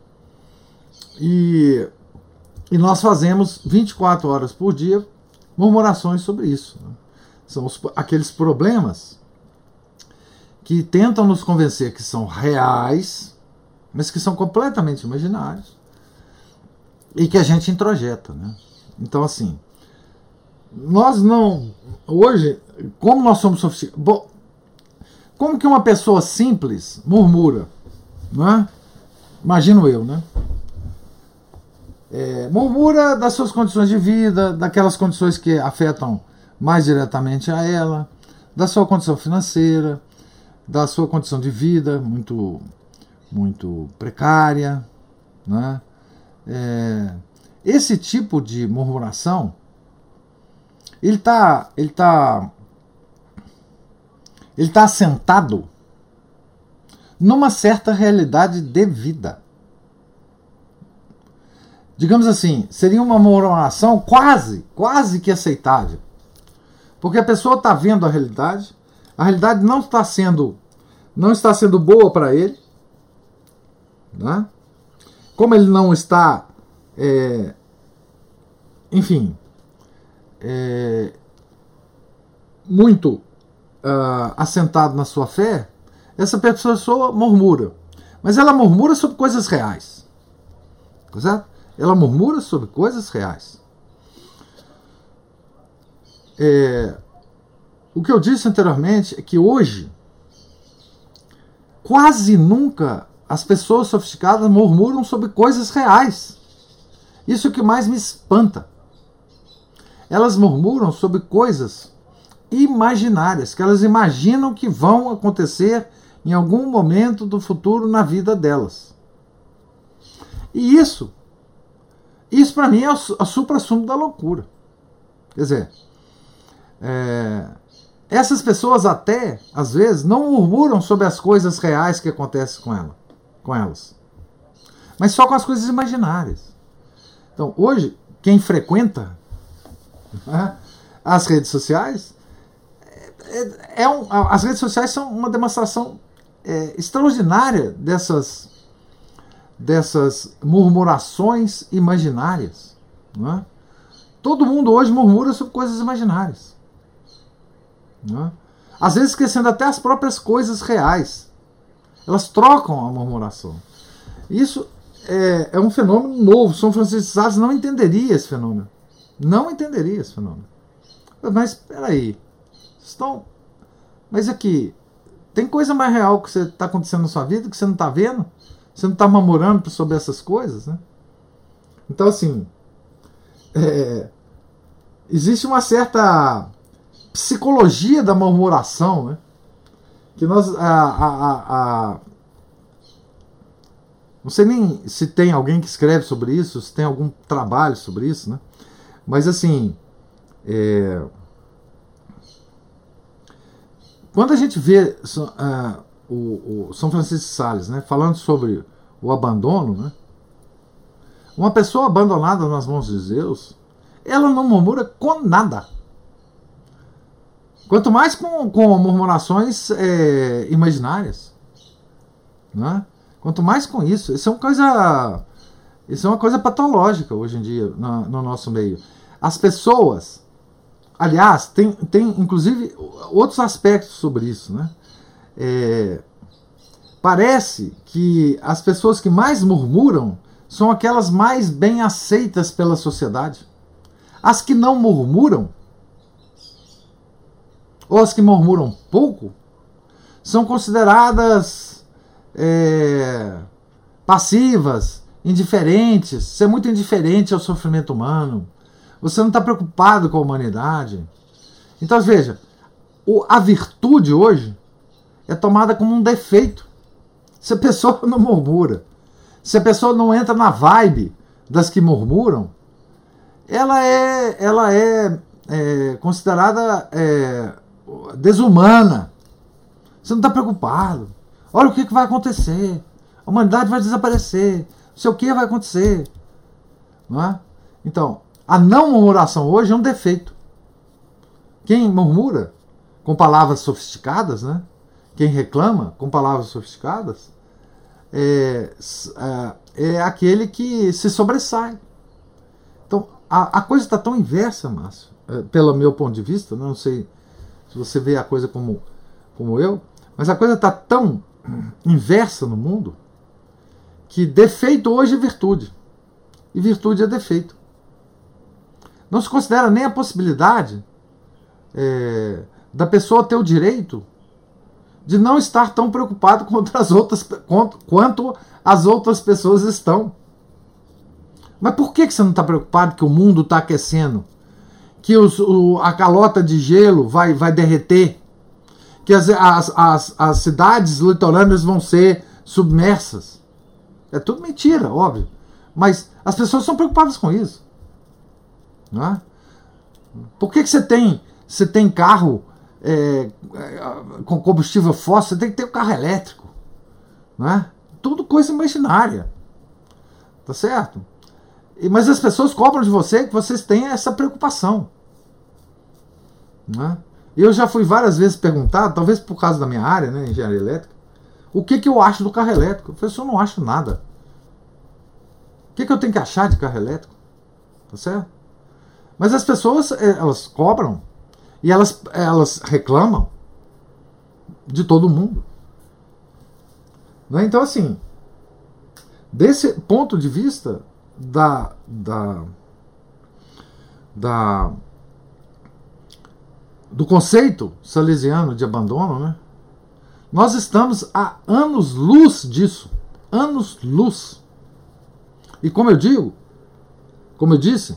e nós fazemos 24 horas por dia murmurações sobre isso, né? São aqueles problemas que tentam nos convencer que são reais, mas que são completamente imaginários e que a gente introjeta, né? Então, assim, nós não... Hoje, como nós somos sofisticados... Bom, como que uma pessoa simples murmura, não é? Imagino eu, né? Murmura das suas condições de vida, daquelas condições que afetam mais diretamente a ela, da sua condição financeira, da sua condição de vida muito precária, né? Esse tipo de murmuração, ele tá assentado numa certa realidade de vida. Digamos assim, seria uma murmuração quase que aceitável. Porque a pessoa está vendo a realidade não está sendo boa para ele, né? Como ele não está, muito assentado na sua fé, essa pessoa murmura. Mas ela murmura sobre coisas reais. Certo? Ela murmura sobre coisas reais. O que eu disse anteriormente é que hoje quase nunca as pessoas sofisticadas murmuram sobre coisas reais. Isso é o que mais me espanta. Elas murmuram sobre coisas imaginárias, que elas imaginam que vão acontecer em algum momento do futuro na vida delas. E isso para mim é o suprassumo da loucura. Quer dizer, essas pessoas até, às vezes, não murmuram sobre as coisas reais que acontecem com elas, mas só com as coisas imaginárias. Então, hoje, quem frequenta as redes sociais, as redes sociais são uma demonstração extraordinária dessas murmurações imaginárias. Não é? Todo mundo hoje murmura sobre coisas imaginárias. Não é? Às vezes esquecendo até as próprias coisas reais. Elas trocam a murmuração. Isso é um fenômeno novo. São Francisco de Sales não entenderia esse fenômeno. Não entenderia esse fenômeno. Mas, peraí. Mas aqui, tem coisa mais real que está acontecendo na sua vida que você não está vendo? Você não está murmurando sobre essas coisas, né? Então, assim, existe uma certa psicologia da murmuração, né? Que nós... não sei nem se tem alguém que escreve sobre isso, se tem algum trabalho sobre isso, né? Mas, assim... quando a gente vê o São Francisco de Sales, né, falando sobre o abandono, né, uma pessoa abandonada nas mãos de Deus, ela não murmura com nada. Quanto mais com murmurações imaginárias. Né? Quanto mais com isso. Isso é uma coisa patológica hoje em dia no nosso meio. As pessoas... Aliás, tem inclusive outros aspectos sobre isso, né? Parece que as pessoas que mais murmuram são aquelas mais bem aceitas pela sociedade. As que não murmuram, ou as que murmuram pouco, são consideradas passivas, indiferentes. Você é muito indiferente ao sofrimento humano. Você não está preocupado com a humanidade. Então, veja, a virtude hoje é tomada como um defeito. Se a pessoa não murmura, se a pessoa não entra na vibe das que murmuram, ela é considerada desumana. Você não está preocupado. Olha o que vai acontecer. A humanidade vai desaparecer. Não sei o que vai acontecer. Não é? Então, a não murmuração hoje é um defeito. Quem murmura com palavras sofisticadas, né? Quem reclama com palavras sofisticadas, é aquele que se sobressai. Então, a coisa está tão inversa, Márcio, pelo meu ponto de vista, não sei se você vê a coisa como eu, mas a coisa está tão inversa no mundo que defeito hoje é virtude. E virtude é defeito. Não se considera nem a possibilidade da pessoa ter o direito de não estar tão preocupado quanto as outras pessoas estão. Mas por que você não está preocupado que o mundo está aquecendo? Que a calota de gelo vai derreter? que as cidades litorâneas vão ser submersas. É tudo mentira, óbvio. Mas as pessoas são preocupadas com isso. Não é? Por que você tem carro com combustível fóssil? Você tem que ter um carro elétrico. Não é? Tudo coisa imaginária. Tá certo? Mas as pessoas cobram de você que vocês tenham essa preocupação. Não é? Eu já fui várias vezes perguntado, talvez por causa da minha área, né, engenharia elétrica, o que eu acho do carro elétrico. Eu falei, eu não acho nada. O que eu tenho que achar de carro elétrico? Tá certo? Mas as pessoas, elas cobram e elas reclamam de todo mundo. Não é? Então, assim, desse ponto de vista do conceito salesiano de abandono, né? Nós estamos a anos-luz disso. Anos-luz. E como eu disse,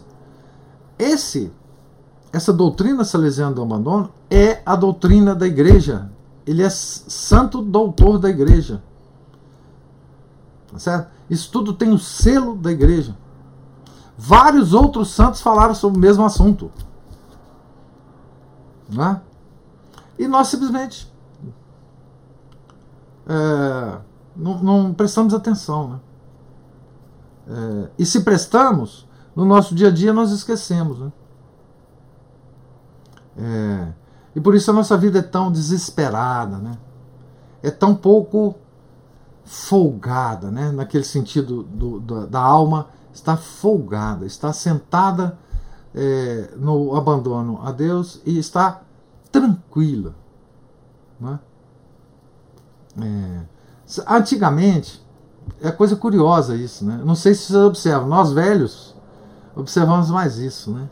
essa doutrina salesiana do abandono é a doutrina da igreja. Ele é santo doutor da igreja. Tá certo? Isso tudo tem o selo da igreja. Vários outros santos falaram sobre o mesmo assunto. Né? E nós simplesmente não prestamos atenção. Né? E se prestamos, no nosso dia a dia nós esquecemos. Né? E por isso a nossa vida é tão desesperada, né? É tão pouco folgada, né? Naquele sentido da alma está folgada, está sentada no abandono a Deus e está tranquila. Né? Antigamente, é coisa curiosa isso, né? Não sei se vocês observam, nós velhos observamos mais isso, né?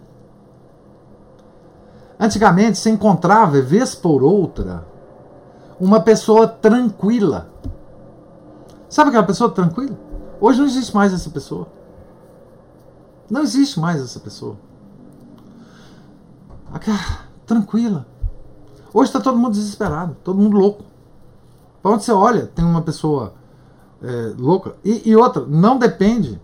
Antigamente se encontrava, vez por outra, uma pessoa tranquila. Sabe aquela pessoa tranquila? Hoje não existe mais essa pessoa. Não existe mais essa pessoa. Tranquila. Hoje está todo mundo desesperado, todo mundo louco. Para onde você olha, tem uma pessoa louca. E outra, não depende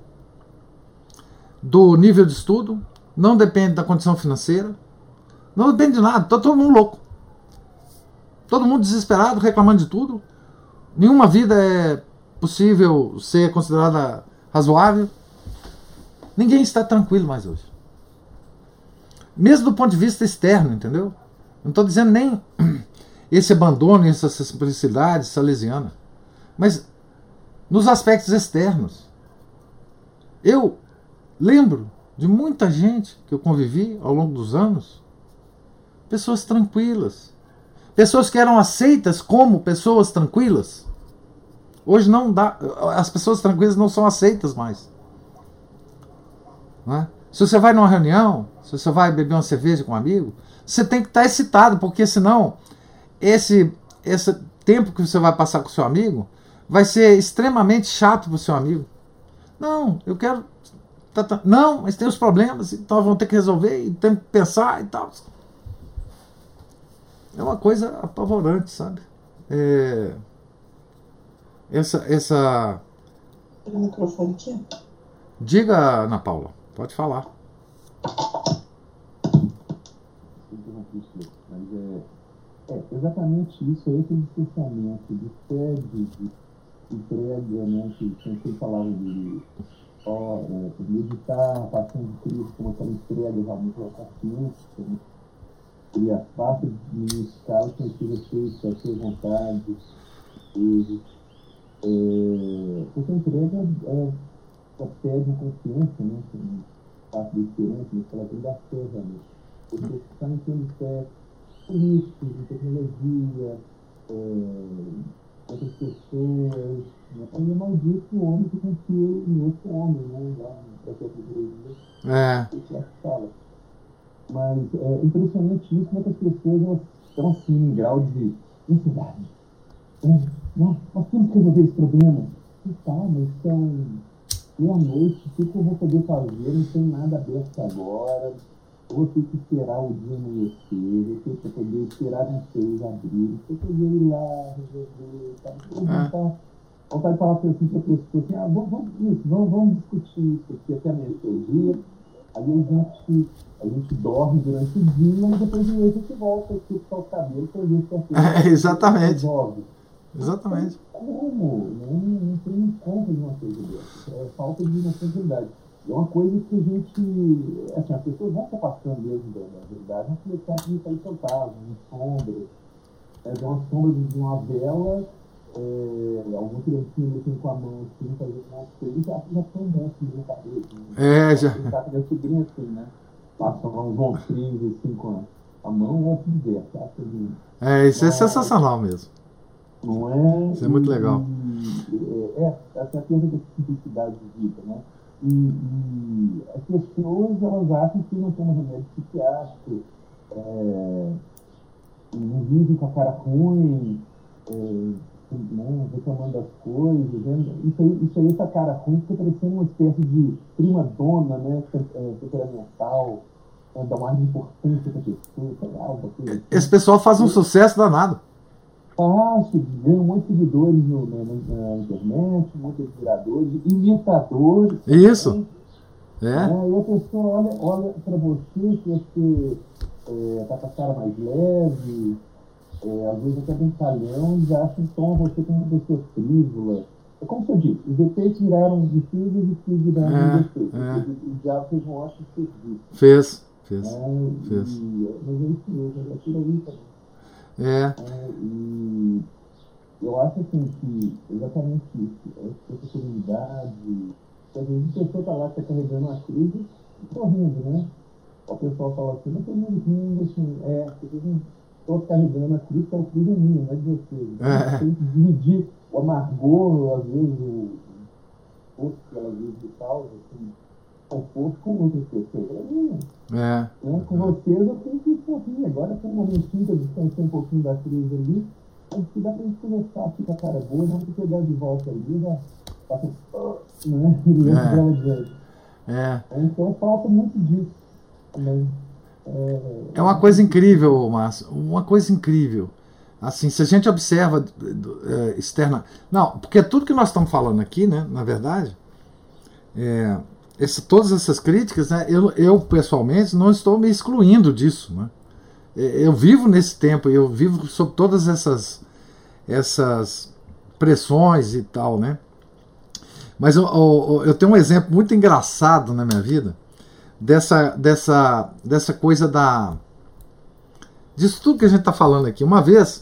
do nível de estudo, não depende da condição financeira, não depende de nada, está todo mundo louco. Todo mundo desesperado, reclamando de tudo. Nenhuma vida é possível ser considerada razoável. Ninguém está tranquilo mais hoje. Mesmo do ponto de vista externo, entendeu? Não estou dizendo nem esse abandono, essa simplicidade salesiana, mas nos aspectos externos. Eu lembro de muita gente que eu convivi ao longo dos anos, pessoas tranquilas, pessoas que eram aceitas como pessoas tranquilas. Hoje não dá, as pessoas tranquilas não são aceitas mais. Não é? Se você vai numa reunião, se você vai beber uma cerveja com um amigo, você tem que estar excitado, porque senão esse tempo que você vai passar com o seu amigo vai ser extremamente chato para o seu amigo. Não, eu quero... Não, mas tem os problemas, então vão ter que resolver e tem que pensar e tal. É uma coisa apavorante, sabe? Essa... O microfone aqui. Diga, Ana Paula, pode falar. Mas exatamente isso, esse distanciamento de fé, de entrega, né? Que sempre falava de meditar a paixão de Cristo como aquela entrega realmente uma confiança, né? E a parte de buscar que seja feito a sua vontade, essa entrega pede confiança, né? Parte da esperança, mas ela vem da fé, realmente. Porque você está tendo fé política, de tecnologia, outras pessoas. Né? Aí é maldito o homem que confia em outro homem, né? Lá no processo de igreja. Fala. Mas é impressionante isso, como é que as pessoas estão assim em grau de ansiedade. Nós temos que resolver esse problema. Tá, mas são meia-noite, o que eu vou poder fazer? Não tem nada aberto agora. vou ter que esperar o dia amanhecer, vou ter que poder esperar vocês abrirem, vou poder ir lá, resolver, sabe? Vontade de falar assim para a pessoa assim, vamos discutir isso aqui até amanhecer o dia. Aí a gente dorme durante o dia e depois de noite a gente volta aqui para o cabelo para ver se a coisa Exatamente. resolve. Exatamente. Como? Não tem conta de uma coisa dessa. É falta de responsabilidade. É uma coisa que a gente. Assim, as pessoas vão se afastando mesmo da verdade, vão começar a ficar em fantasma, em sombras. É uma sombra de uma vela, algum criancinho assim com a mão assim, fazendo uma coisa, já tem um monte na cabeça. Já. Tá com a minha sobrinha assim, né? Passa uns monstrinhos assim com a mão, ou assim, sabe? Isso é sensacional mesmo. Não é? Isso é muito legal. Essa coisa da simplicidade de vida, né? E as pessoas, elas acham que não tem um remédio psiquiátrico, não vivem com a cara ruim, reclamando das coisas. Isso aí, essa cara ruim, fica parecendo uma espécie de prima dona, né? Temperamental, dá mais importância para a pessoa, sei lá, uma coisa assim. Esse pessoal faz um sucesso danado. Ganha um monte de seguidores na internet, um monte de admiradores, imitadores. Isso. Também. E a pessoa olha para você, que você tá com a cara mais leve, às vezes até brincalhão, e já acham então você como uma pessoa frívola. É como eu disse, os defeitos viraram virtudes e virtudes viraram defeitos. O diabo fez um ótimo serviço. Fez. Mas é isso mesmo, é aquilo aí também. E eu acho assim que exatamente isso, essa comunidade, a pessoa está lá, está carregando uma crise, sorrindo, né? O pessoal fala assim, não tem muito rindo, assim, estou carregando a crise, que a crise é minha, não é de vocês. Tem que dividir o amargor, às vezes, o posto que às vezes me causa, assim, conforto com outras pessoas. Com vocês eu tenho que sorrir. Agora tem um momentinho que eu distanciei um pouquinho da crise ali. Acho que dá pra gente conversar aqui com a cara boa, vamos pegar de volta ali, já passa Então falta muito disso também. É uma coisa incrível, Márcio. Uma coisa incrível. Assim, se a gente observa externa. Não, porque tudo que nós estamos falando aqui, né, na verdade, todas essas críticas, né, eu pessoalmente não estou me excluindo disso, né? Eu vivo nesse tempo, eu vivo sob todas essas pressões e tal, né? Mas eu tenho um exemplo muito engraçado na minha vida dessa coisa disso tudo que a gente está falando aqui. Uma vez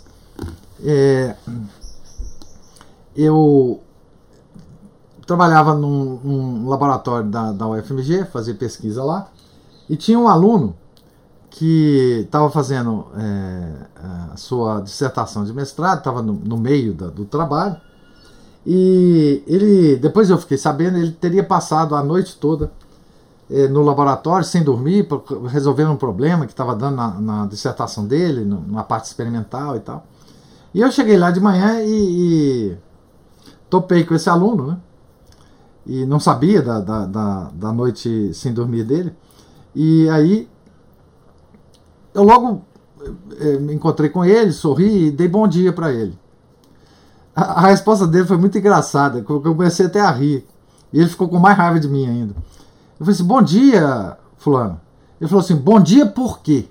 eu trabalhava num laboratório da UFMG, fazia pesquisa lá, e tinha um aluno que estava fazendo a sua dissertação de mestrado, estava no meio do trabalho, e ele, depois eu fiquei sabendo, ele teria passado a noite toda no laboratório, sem dormir, resolvendo um problema que estava dando na dissertação dele, na parte experimental e tal. E eu cheguei lá de manhã e topei com esse aluno, né? E não sabia da noite sem dormir dele. E aí eu logo me encontrei com ele, sorri e dei bom dia para ele. A resposta dele foi muito engraçada, eu comecei até a rir. E ele ficou com mais raiva de mim ainda. Eu falei assim, bom dia, fulano. Ele falou assim, bom dia por quê?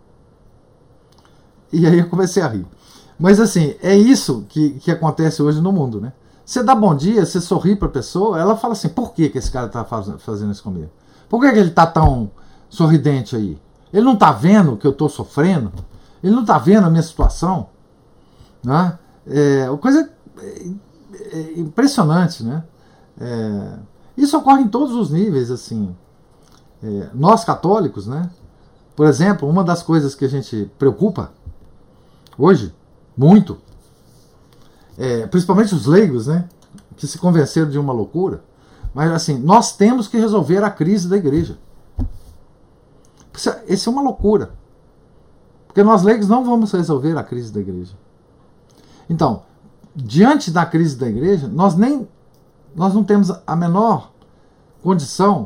E aí eu comecei a rir. Mas assim, é isso que acontece hoje no mundo, né? Você dá bom dia, você sorri para a pessoa, ela fala assim, por que esse cara está fazendo isso comigo? Por que ele está tão sorridente aí? Ele não está vendo que eu estou sofrendo? Ele não está vendo a minha situação? Né? Coisa impressionante, né? Isso ocorre em todos os níveis, assim. Nós católicos, né? Por exemplo, uma das coisas que a gente preocupa hoje, muito, principalmente os leigos, né? Que se convenceram de uma loucura. Mas assim, nós temos que resolver a crise da igreja. Isso é uma loucura. Porque nós leigos não vamos resolver a crise da igreja. Então, diante da crise da igreja, nós não temos a menor condição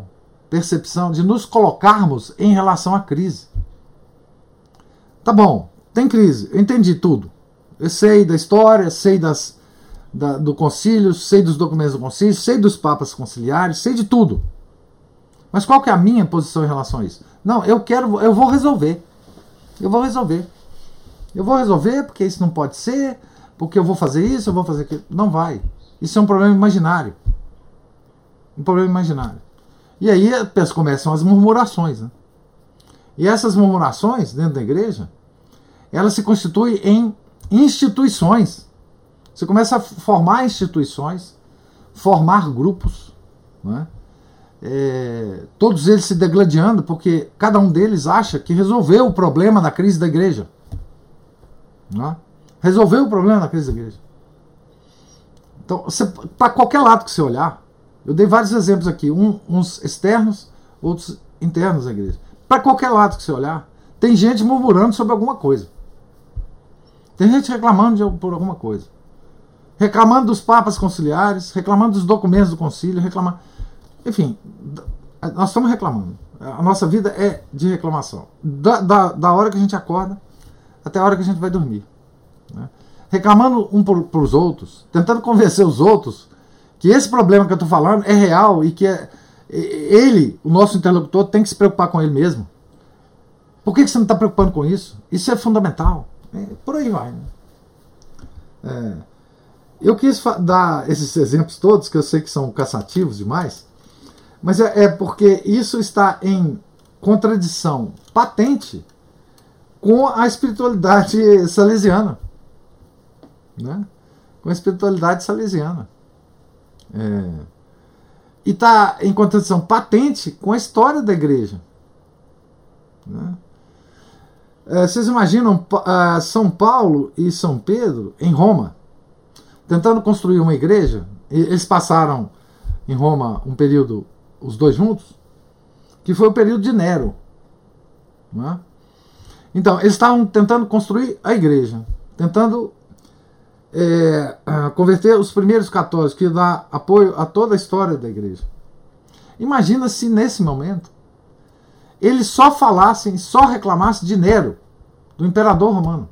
percepção, de nos colocarmos em relação à crise. Tá bom, tem crise, eu entendi tudo. Eu sei da história, sei do concílio, sei dos documentos do concílio, sei dos papas conciliares, sei de tudo. Mas qual que é a minha posição em relação a isso? Não, eu vou resolver. Eu vou resolver. Eu vou resolver porque isso não pode ser, porque eu vou fazer isso, eu vou fazer aquilo. Não vai. Isso é um problema imaginário. Um problema imaginário. E aí começam as murmurações. Né? E essas murmurações, dentro da igreja, elas se constituem em instituições. Você começa a formar instituições, formar grupos, né? Todos eles se degladiando, porque cada um deles acha que resolveu o problema da crise da igreja. Né? Resolveu o problema da crise da igreja. Então, para qualquer lado que você olhar, eu dei vários exemplos aqui, uns externos, outros internos da igreja. Para qualquer lado que você olhar, tem gente murmurando sobre alguma coisa. Tem gente reclamando por alguma coisa. Reclamando dos papas conciliares, reclamando dos documentos do concílio, reclamando... Enfim, nós estamos reclamando. A nossa vida é de reclamação. Da hora que a gente acorda até a hora que a gente vai dormir. Né? Reclamando um para os outros, tentando convencer os outros que esse problema que eu estou falando é real e que ele, o nosso interlocutor, tem que se preocupar com ele mesmo. Por que você não está preocupando com isso? Isso é fundamental. Por aí vai. Né? Eu quis dar esses exemplos todos, que eu sei que são cansativos demais, mas é porque isso está em contradição patente com a espiritualidade salesiana. Né? Com a espiritualidade salesiana. E está em contradição patente com a história da igreja. Né? Vocês imaginam São Paulo e São Pedro em Roma, tentando construir uma igreja? Eles passaram em Roma um período, os dois juntos, que foi o período de Nero. Né? Então, eles estavam tentando construir a igreja, tentando converter os primeiros católicos, que dá apoio a toda a história da igreja. Imagina se nesse momento eles só falassem, só reclamassem de Nero, do imperador romano.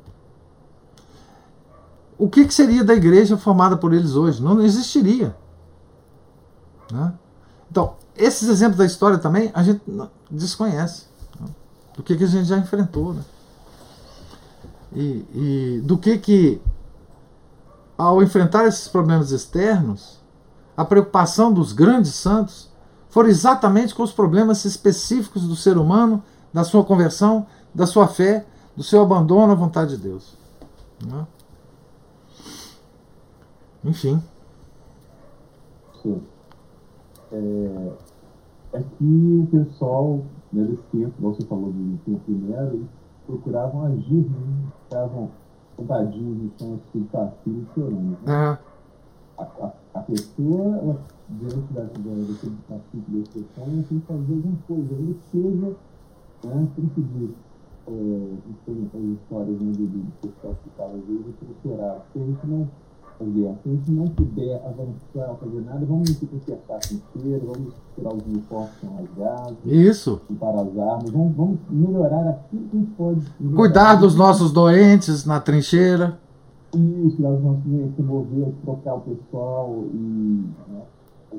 O que seria da igreja formada por eles hoje? Não existiria. Né? Então, esses exemplos da história também a gente desconhece. Né? Do que a gente já enfrentou. Né? E do que ao enfrentar esses problemas externos, a preocupação dos grandes santos foram exatamente com os problemas específicos do ser humano, da sua conversão, da sua fé, do seu abandono à vontade de Deus. Né? Enfim. Sim. Que o pessoal, nesse tempo, você falou do tempo primeiro, eles procuravam agir, né? Ficavam sentadinhos no chão, assim, chorando. Né? A pessoa, ela, diante daquele desafio de expressão, ela tem que fazer alguma coisa, ele seja, né, tem que dizer, tem as histórias, né, do pessoal que estava às vezes chorar. Se a gente não puder avançar, fazer nada, vamos se consertar com cheiro, vamos tirar os uniformes que são rasgados, isso, limpar as armas, vamos melhorar aquilo que a gente pode melhorar. Cuidar dos nossos doentes na trincheira. Isso, nós vamos se mover, trocar o pessoal e, né, a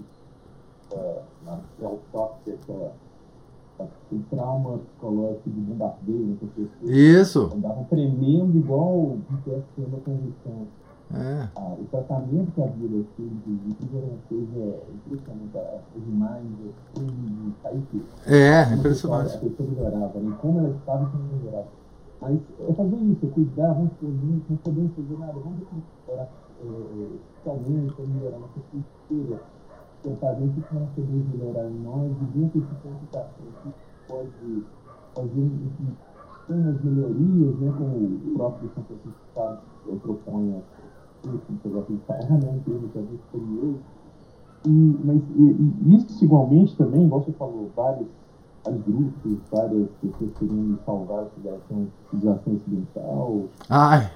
gente é o toque, o trauma psicológico de bombardeio, né, que as pessoas isso andavam tremendo igual um teste da convulsão. O tratamento que havia daquilo, inclusive, era uma coisa impressionante, as imagens, de sair tudo. Impressionante. A pessoa melhorava, né? Como ela estava, como ela melhorava. Mas é fazer isso, cuidar, vamos por mim, não podemos fazer nada, vamos melhorar socialmente, vamos melhorar nossa cultura, tentar ver o que nós podemos melhorar em nós, e dentro desse ponto da frente, pode fazer pequenas melhorias, né, como o próprio São Francisco propõe mas isso igualmente também, igual você falou, vários vários grupos, várias pessoas querendo salvar a civilização ocidental. Ai,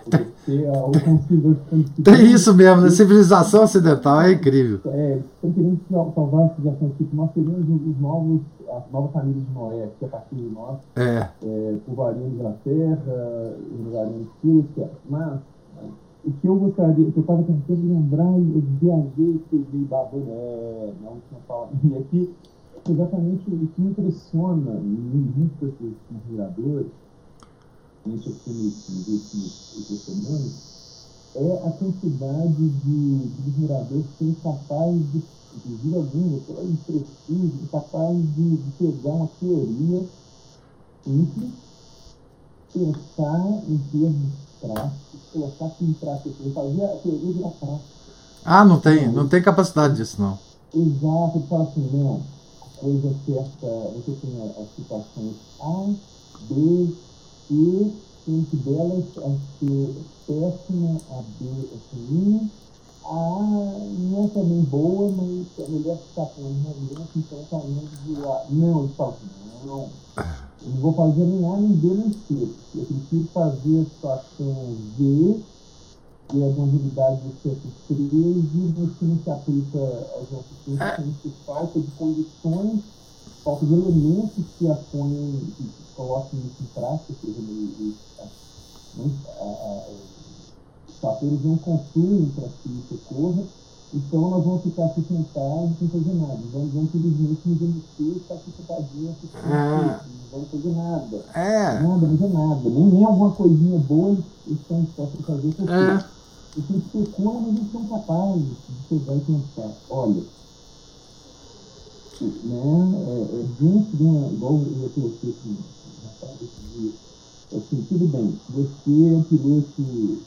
Tem tem isso mesmo, né? Civilização ocidental é incrível. Eles estão querendo salvar a civilização, tipo, nós seríamos a nova família de Noé, que a partir de nós povoaríamos a terra, usaríamos tudo, mas o que eu gostaria, o que eu estava tentando lembrar, eu viajei, peguei Baboné na última fala, e aqui, exatamente o que me impressiona muito desses miradores, isso aqui nos últimos semanas, é a quantidade de miradores que são capazes de, inclusive alguns, pela prestígio, capazes de pegar uma teoria simples, pensar em termos práticos, colocar em prática, fazer a teoria virar prática. Ah, não tem capacidade disso, não. Exato, ele fala assim, não, a coisa certa, você tem as situações A, B, C, entre delas a C é péssima, a B é ruim, a A não é também boa, mas é melhor ficar com um momento, então está indo de A. Não, ele fala assim, não vou fazer nem A, nem B, nem C. Eu preciso fazer a situação V, e a longevidade do século XIII, você não se aplica aos nossos tempos, como falta de condições, falta de elementos que apoiem, que coloquem isso em prática, ou seja, os fatores não construem para que isso ocorra, então nós vamos ficar aqui sentados sem fazer nada. Vamos simplesmente nos emitir, estar aqui sentadinho, não vamos fazer nada. Nada, não fazer nada. Nem alguma coisinha boa eles estão dispostos a fazer, porque e que especulam, mas eles são capazes de chegar e pensar, olha, diante de uma, igual eu coloquei aqui esse dia, assim, tudo bem, você é um piloto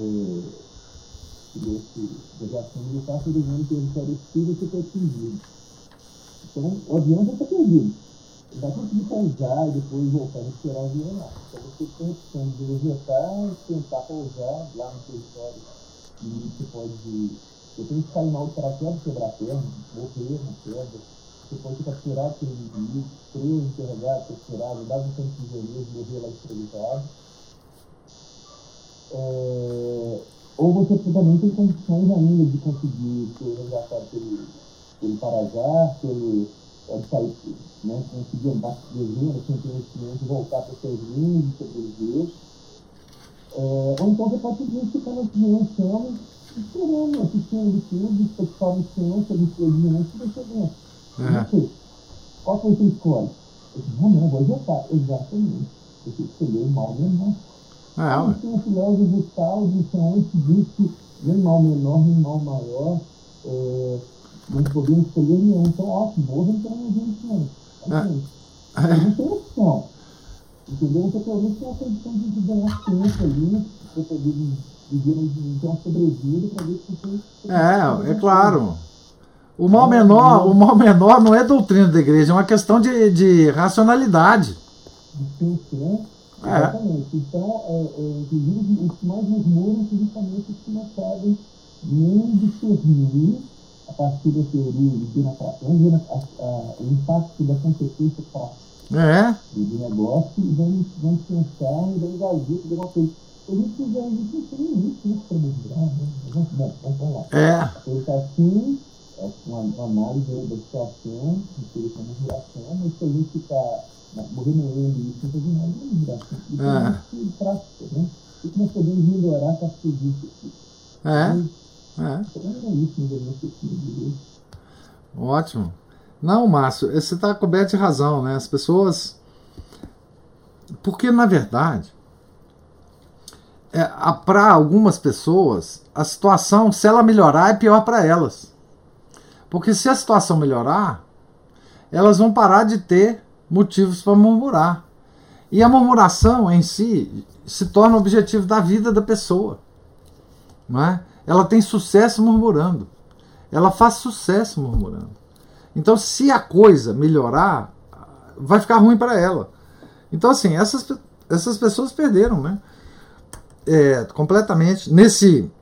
de aviação militar, por exemplo, que ele quer esse você foi atingido. Então, o avião já está perdido. Ele vai conseguir pousar e depois voltar a recuperar o avião lá. Então, você tem a opção de ejetar e tentar pousar lá no território. E você pode... Você tem que cair mal de paraquedas, quebrar a perna, morrer na queda. Você pode ser capturado pelo inimigo, preso, interrogado, capturado, andar no campo de prisioneiros, morrer lá escravizado. Ou você também tem condições ainda de conseguir ser resgatado pelo Parajá, pode sair, né, conseguir andar com desenho, sem conhecimento, voltar para os seus linhos e sobreviver. Ou então você pode simplesmente ficar no chão, esperando, assistindo tudo, participar do ciência, do experimento, e deixa dentro. Não sei. Qual foi a sua escolha? Eu disse, não, vou injetar. Exatamente. Você escolheu o mal menor. Tem o filósofo Gustavo de São que diz que nem mal menor, nem mal maior, não podemos escolher nenhum. Então, ótimo, morra então não existe não. Não tem opção. Entendeu? Você pelo menos tem a condição de ganhar tempo ali, para poder viver uma sobrevida, para ver se você... É claro. O mal menor não é doutrina da igreja, é uma questão de racionalidade. Sim, exatamente. Então, inclusive, os que mais murmuram são justamente os que não sabem nem discernir, a partir da teoria o impacto da consequência prática do negócio, e vamos pensar e vamos agir por alguma coisa. Se a gente fizer isso, não tem limite para mudar, né? Vamos lá. Ele está assim, uma análise da situação, como reação, mas se a gente ficar morrendo isso, não fazer nada, não é miração. Isso é muito prático, né? O que nós podemos melhorar para tudo isso aqui? Ótimo. Não, Márcio, você está coberto de razão, né? As pessoas... Porque, na verdade, para algumas pessoas, a situação, se ela melhorar, é pior para elas. Porque se a situação melhorar, elas vão parar de ter motivos para murmurar. E a murmuração em si se torna o objetivo da vida da pessoa. Não é? Ela tem sucesso murmurando. Ela faz sucesso murmurando. Então, se a coisa melhorar, vai ficar ruim para ela. Então, assim, essas pessoas perderam, né? Completamente. Nesse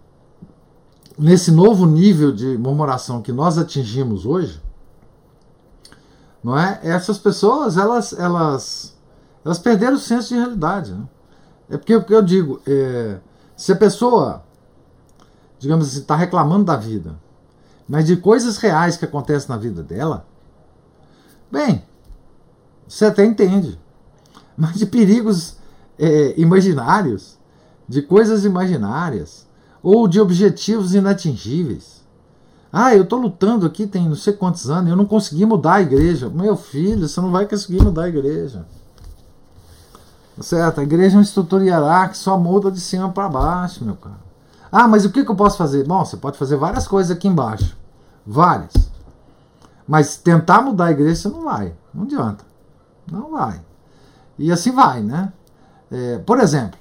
novo nível de murmuração que nós atingimos hoje, não é? Essas pessoas, elas perderam o senso de realidade, né? É porque o que eu digo, se a pessoa, digamos assim, está reclamando da vida, mas de coisas reais que acontecem na vida dela, bem, você até entende. Mas de perigos imaginários, de coisas imaginárias, ou de objetivos inatingíveis. Eu estou lutando aqui tem não sei quantos anos, eu não consegui mudar a igreja. Meu filho, você não vai conseguir mudar a igreja. Certo? A igreja é uma estrutura hierárquica que só muda de cima para baixo, meu cara. Mas o que eu posso fazer? Bom, você pode fazer várias coisas aqui embaixo. Várias. Mas tentar mudar a igreja você não vai. Não adianta. Não vai. E assim vai, né? Por exemplo,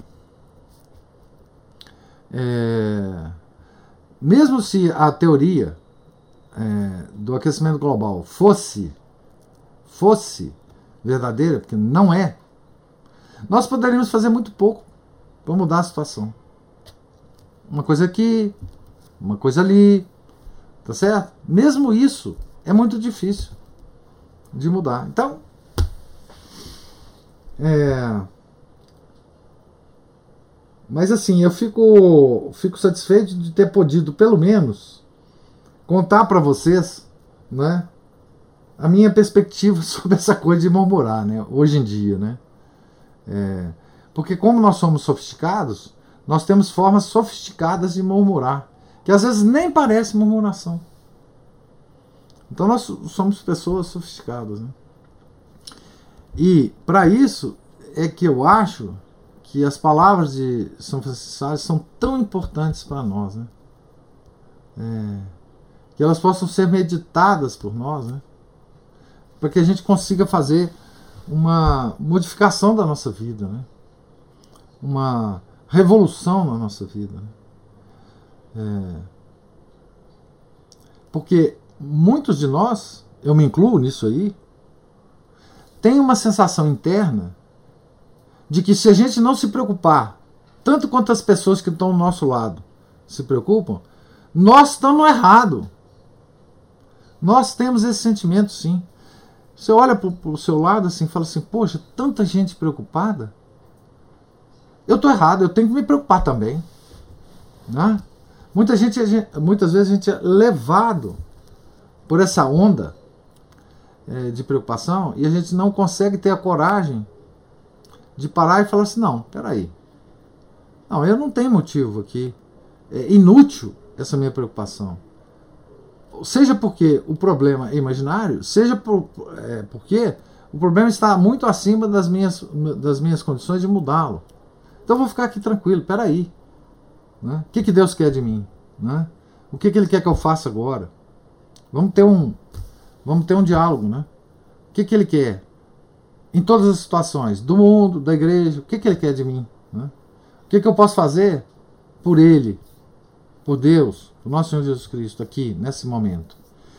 mesmo se a teoria do aquecimento global fosse verdadeira, porque não é, nós poderíamos fazer muito pouco para mudar a situação. Uma coisa aqui, uma coisa ali, tá certo? Mesmo isso é muito difícil de mudar. Então, mas assim, eu fico satisfeito de ter podido, pelo menos, contar para vocês, né, a minha perspectiva sobre essa coisa de murmurar, né, hoje em dia, né? Porque como nós somos sofisticados, nós temos formas sofisticadas de murmurar, que às vezes nem parece murmuração. Então nós somos pessoas sofisticadas, né? E para isso é que eu acho que as palavras de São Francisco de Sales são tão importantes para nós, né? Que elas possam ser meditadas por nós, né? Para que a gente consiga fazer uma modificação da nossa vida, né? Uma revolução na nossa vida, né? Porque muitos de nós, eu me incluo nisso aí, tem uma sensação interna de que se a gente não se preocupar, tanto quanto as pessoas que estão ao nosso lado se preocupam, nós estamos errados. Nós temos esse sentimento, sim. Você olha para o seu lado assim e fala assim, poxa, tanta gente preocupada, eu estou errado, eu tenho que me preocupar também, né? Muitas vezes a gente é levado por essa onda de preocupação e a gente não consegue ter a coragem de parar e falar assim, não, peraí, não, eu não tenho motivo aqui, é inútil essa minha preocupação, seja porque o problema é imaginário, seja porque o problema está muito acima das minhas condições de mudá-lo. Então eu vou ficar aqui tranquilo, peraí, né? O que Deus quer de mim, né? O que Ele quer que eu faça agora? Vamos ter um diálogo, né? O que Ele quer? Em todas as situações, do mundo, da igreja, o que Ele quer de mim, né? O que eu posso fazer por Ele, por Deus, por nosso Senhor Jesus Cristo, aqui, nesse momento?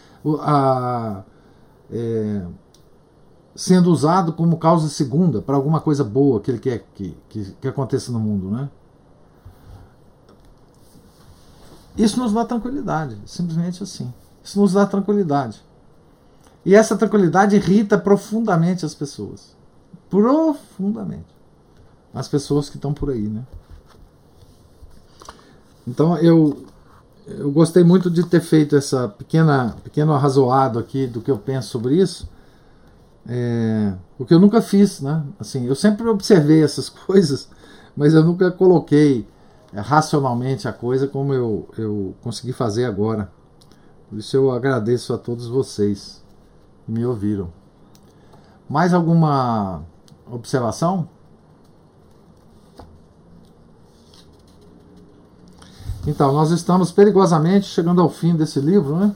Sendo usado como causa segunda para alguma coisa boa que Ele quer que aconteça no mundo, né? Isso nos dá tranquilidade, simplesmente assim. Isso nos dá tranquilidade. E essa tranquilidade irrita profundamente as pessoas. Profundamente. As pessoas que estão por aí, né? Então eu gostei muito de ter feito essa pequeno arrazoado aqui do que eu penso sobre isso. O que eu nunca fiz, né? Assim, eu sempre observei essas coisas, mas eu nunca coloquei racionalmente a coisa como eu consegui fazer agora. Por isso eu agradeço a todos vocês que me ouviram. Mais alguma observação? Então, nós estamos perigosamente chegando ao fim desse livro, né?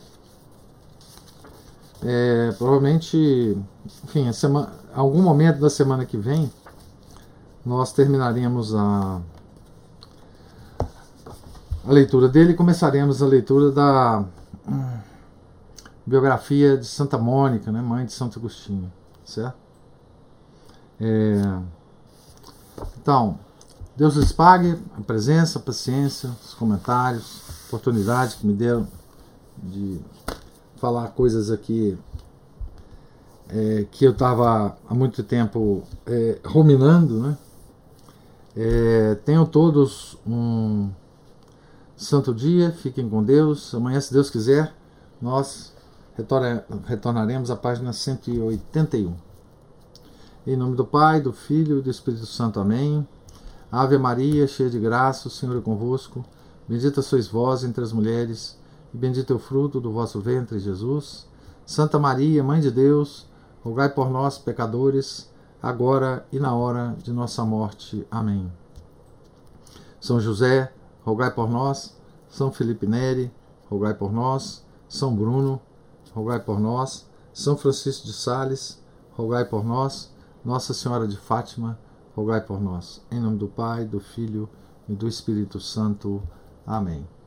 Provavelmente, enfim, algum momento da semana que vem nós terminaremos a leitura dele e começaremos a leitura da biografia de Santa Mônica, né, mãe de Santo Agostinho, certo? Então, Deus lhes pague a presença, a paciência, os comentários, a oportunidade que me deram de falar coisas aqui que eu estava há muito tempo ruminando, né? Tenham todos um santo dia, fiquem com Deus. Amanhã, se Deus quiser, nós retornaremos à página 181. Em nome do Pai, do Filho e do Espírito Santo. Amém. Ave Maria, cheia de graça, o Senhor é convosco. Bendita sois vós entre as mulheres, e bendito é o fruto do vosso ventre, Jesus. Santa Maria, Mãe de Deus, rogai por nós, pecadores, agora e na hora de nossa morte. Amém. São José, rogai por nós. São Felipe Neri, rogai por nós. São Bruno, rogai por nós. São Francisco de Sales, rogai por nós. Nossa Senhora de Fátima, rogai por nós. Em nome do Pai, do Filho e do Espírito Santo. Amém.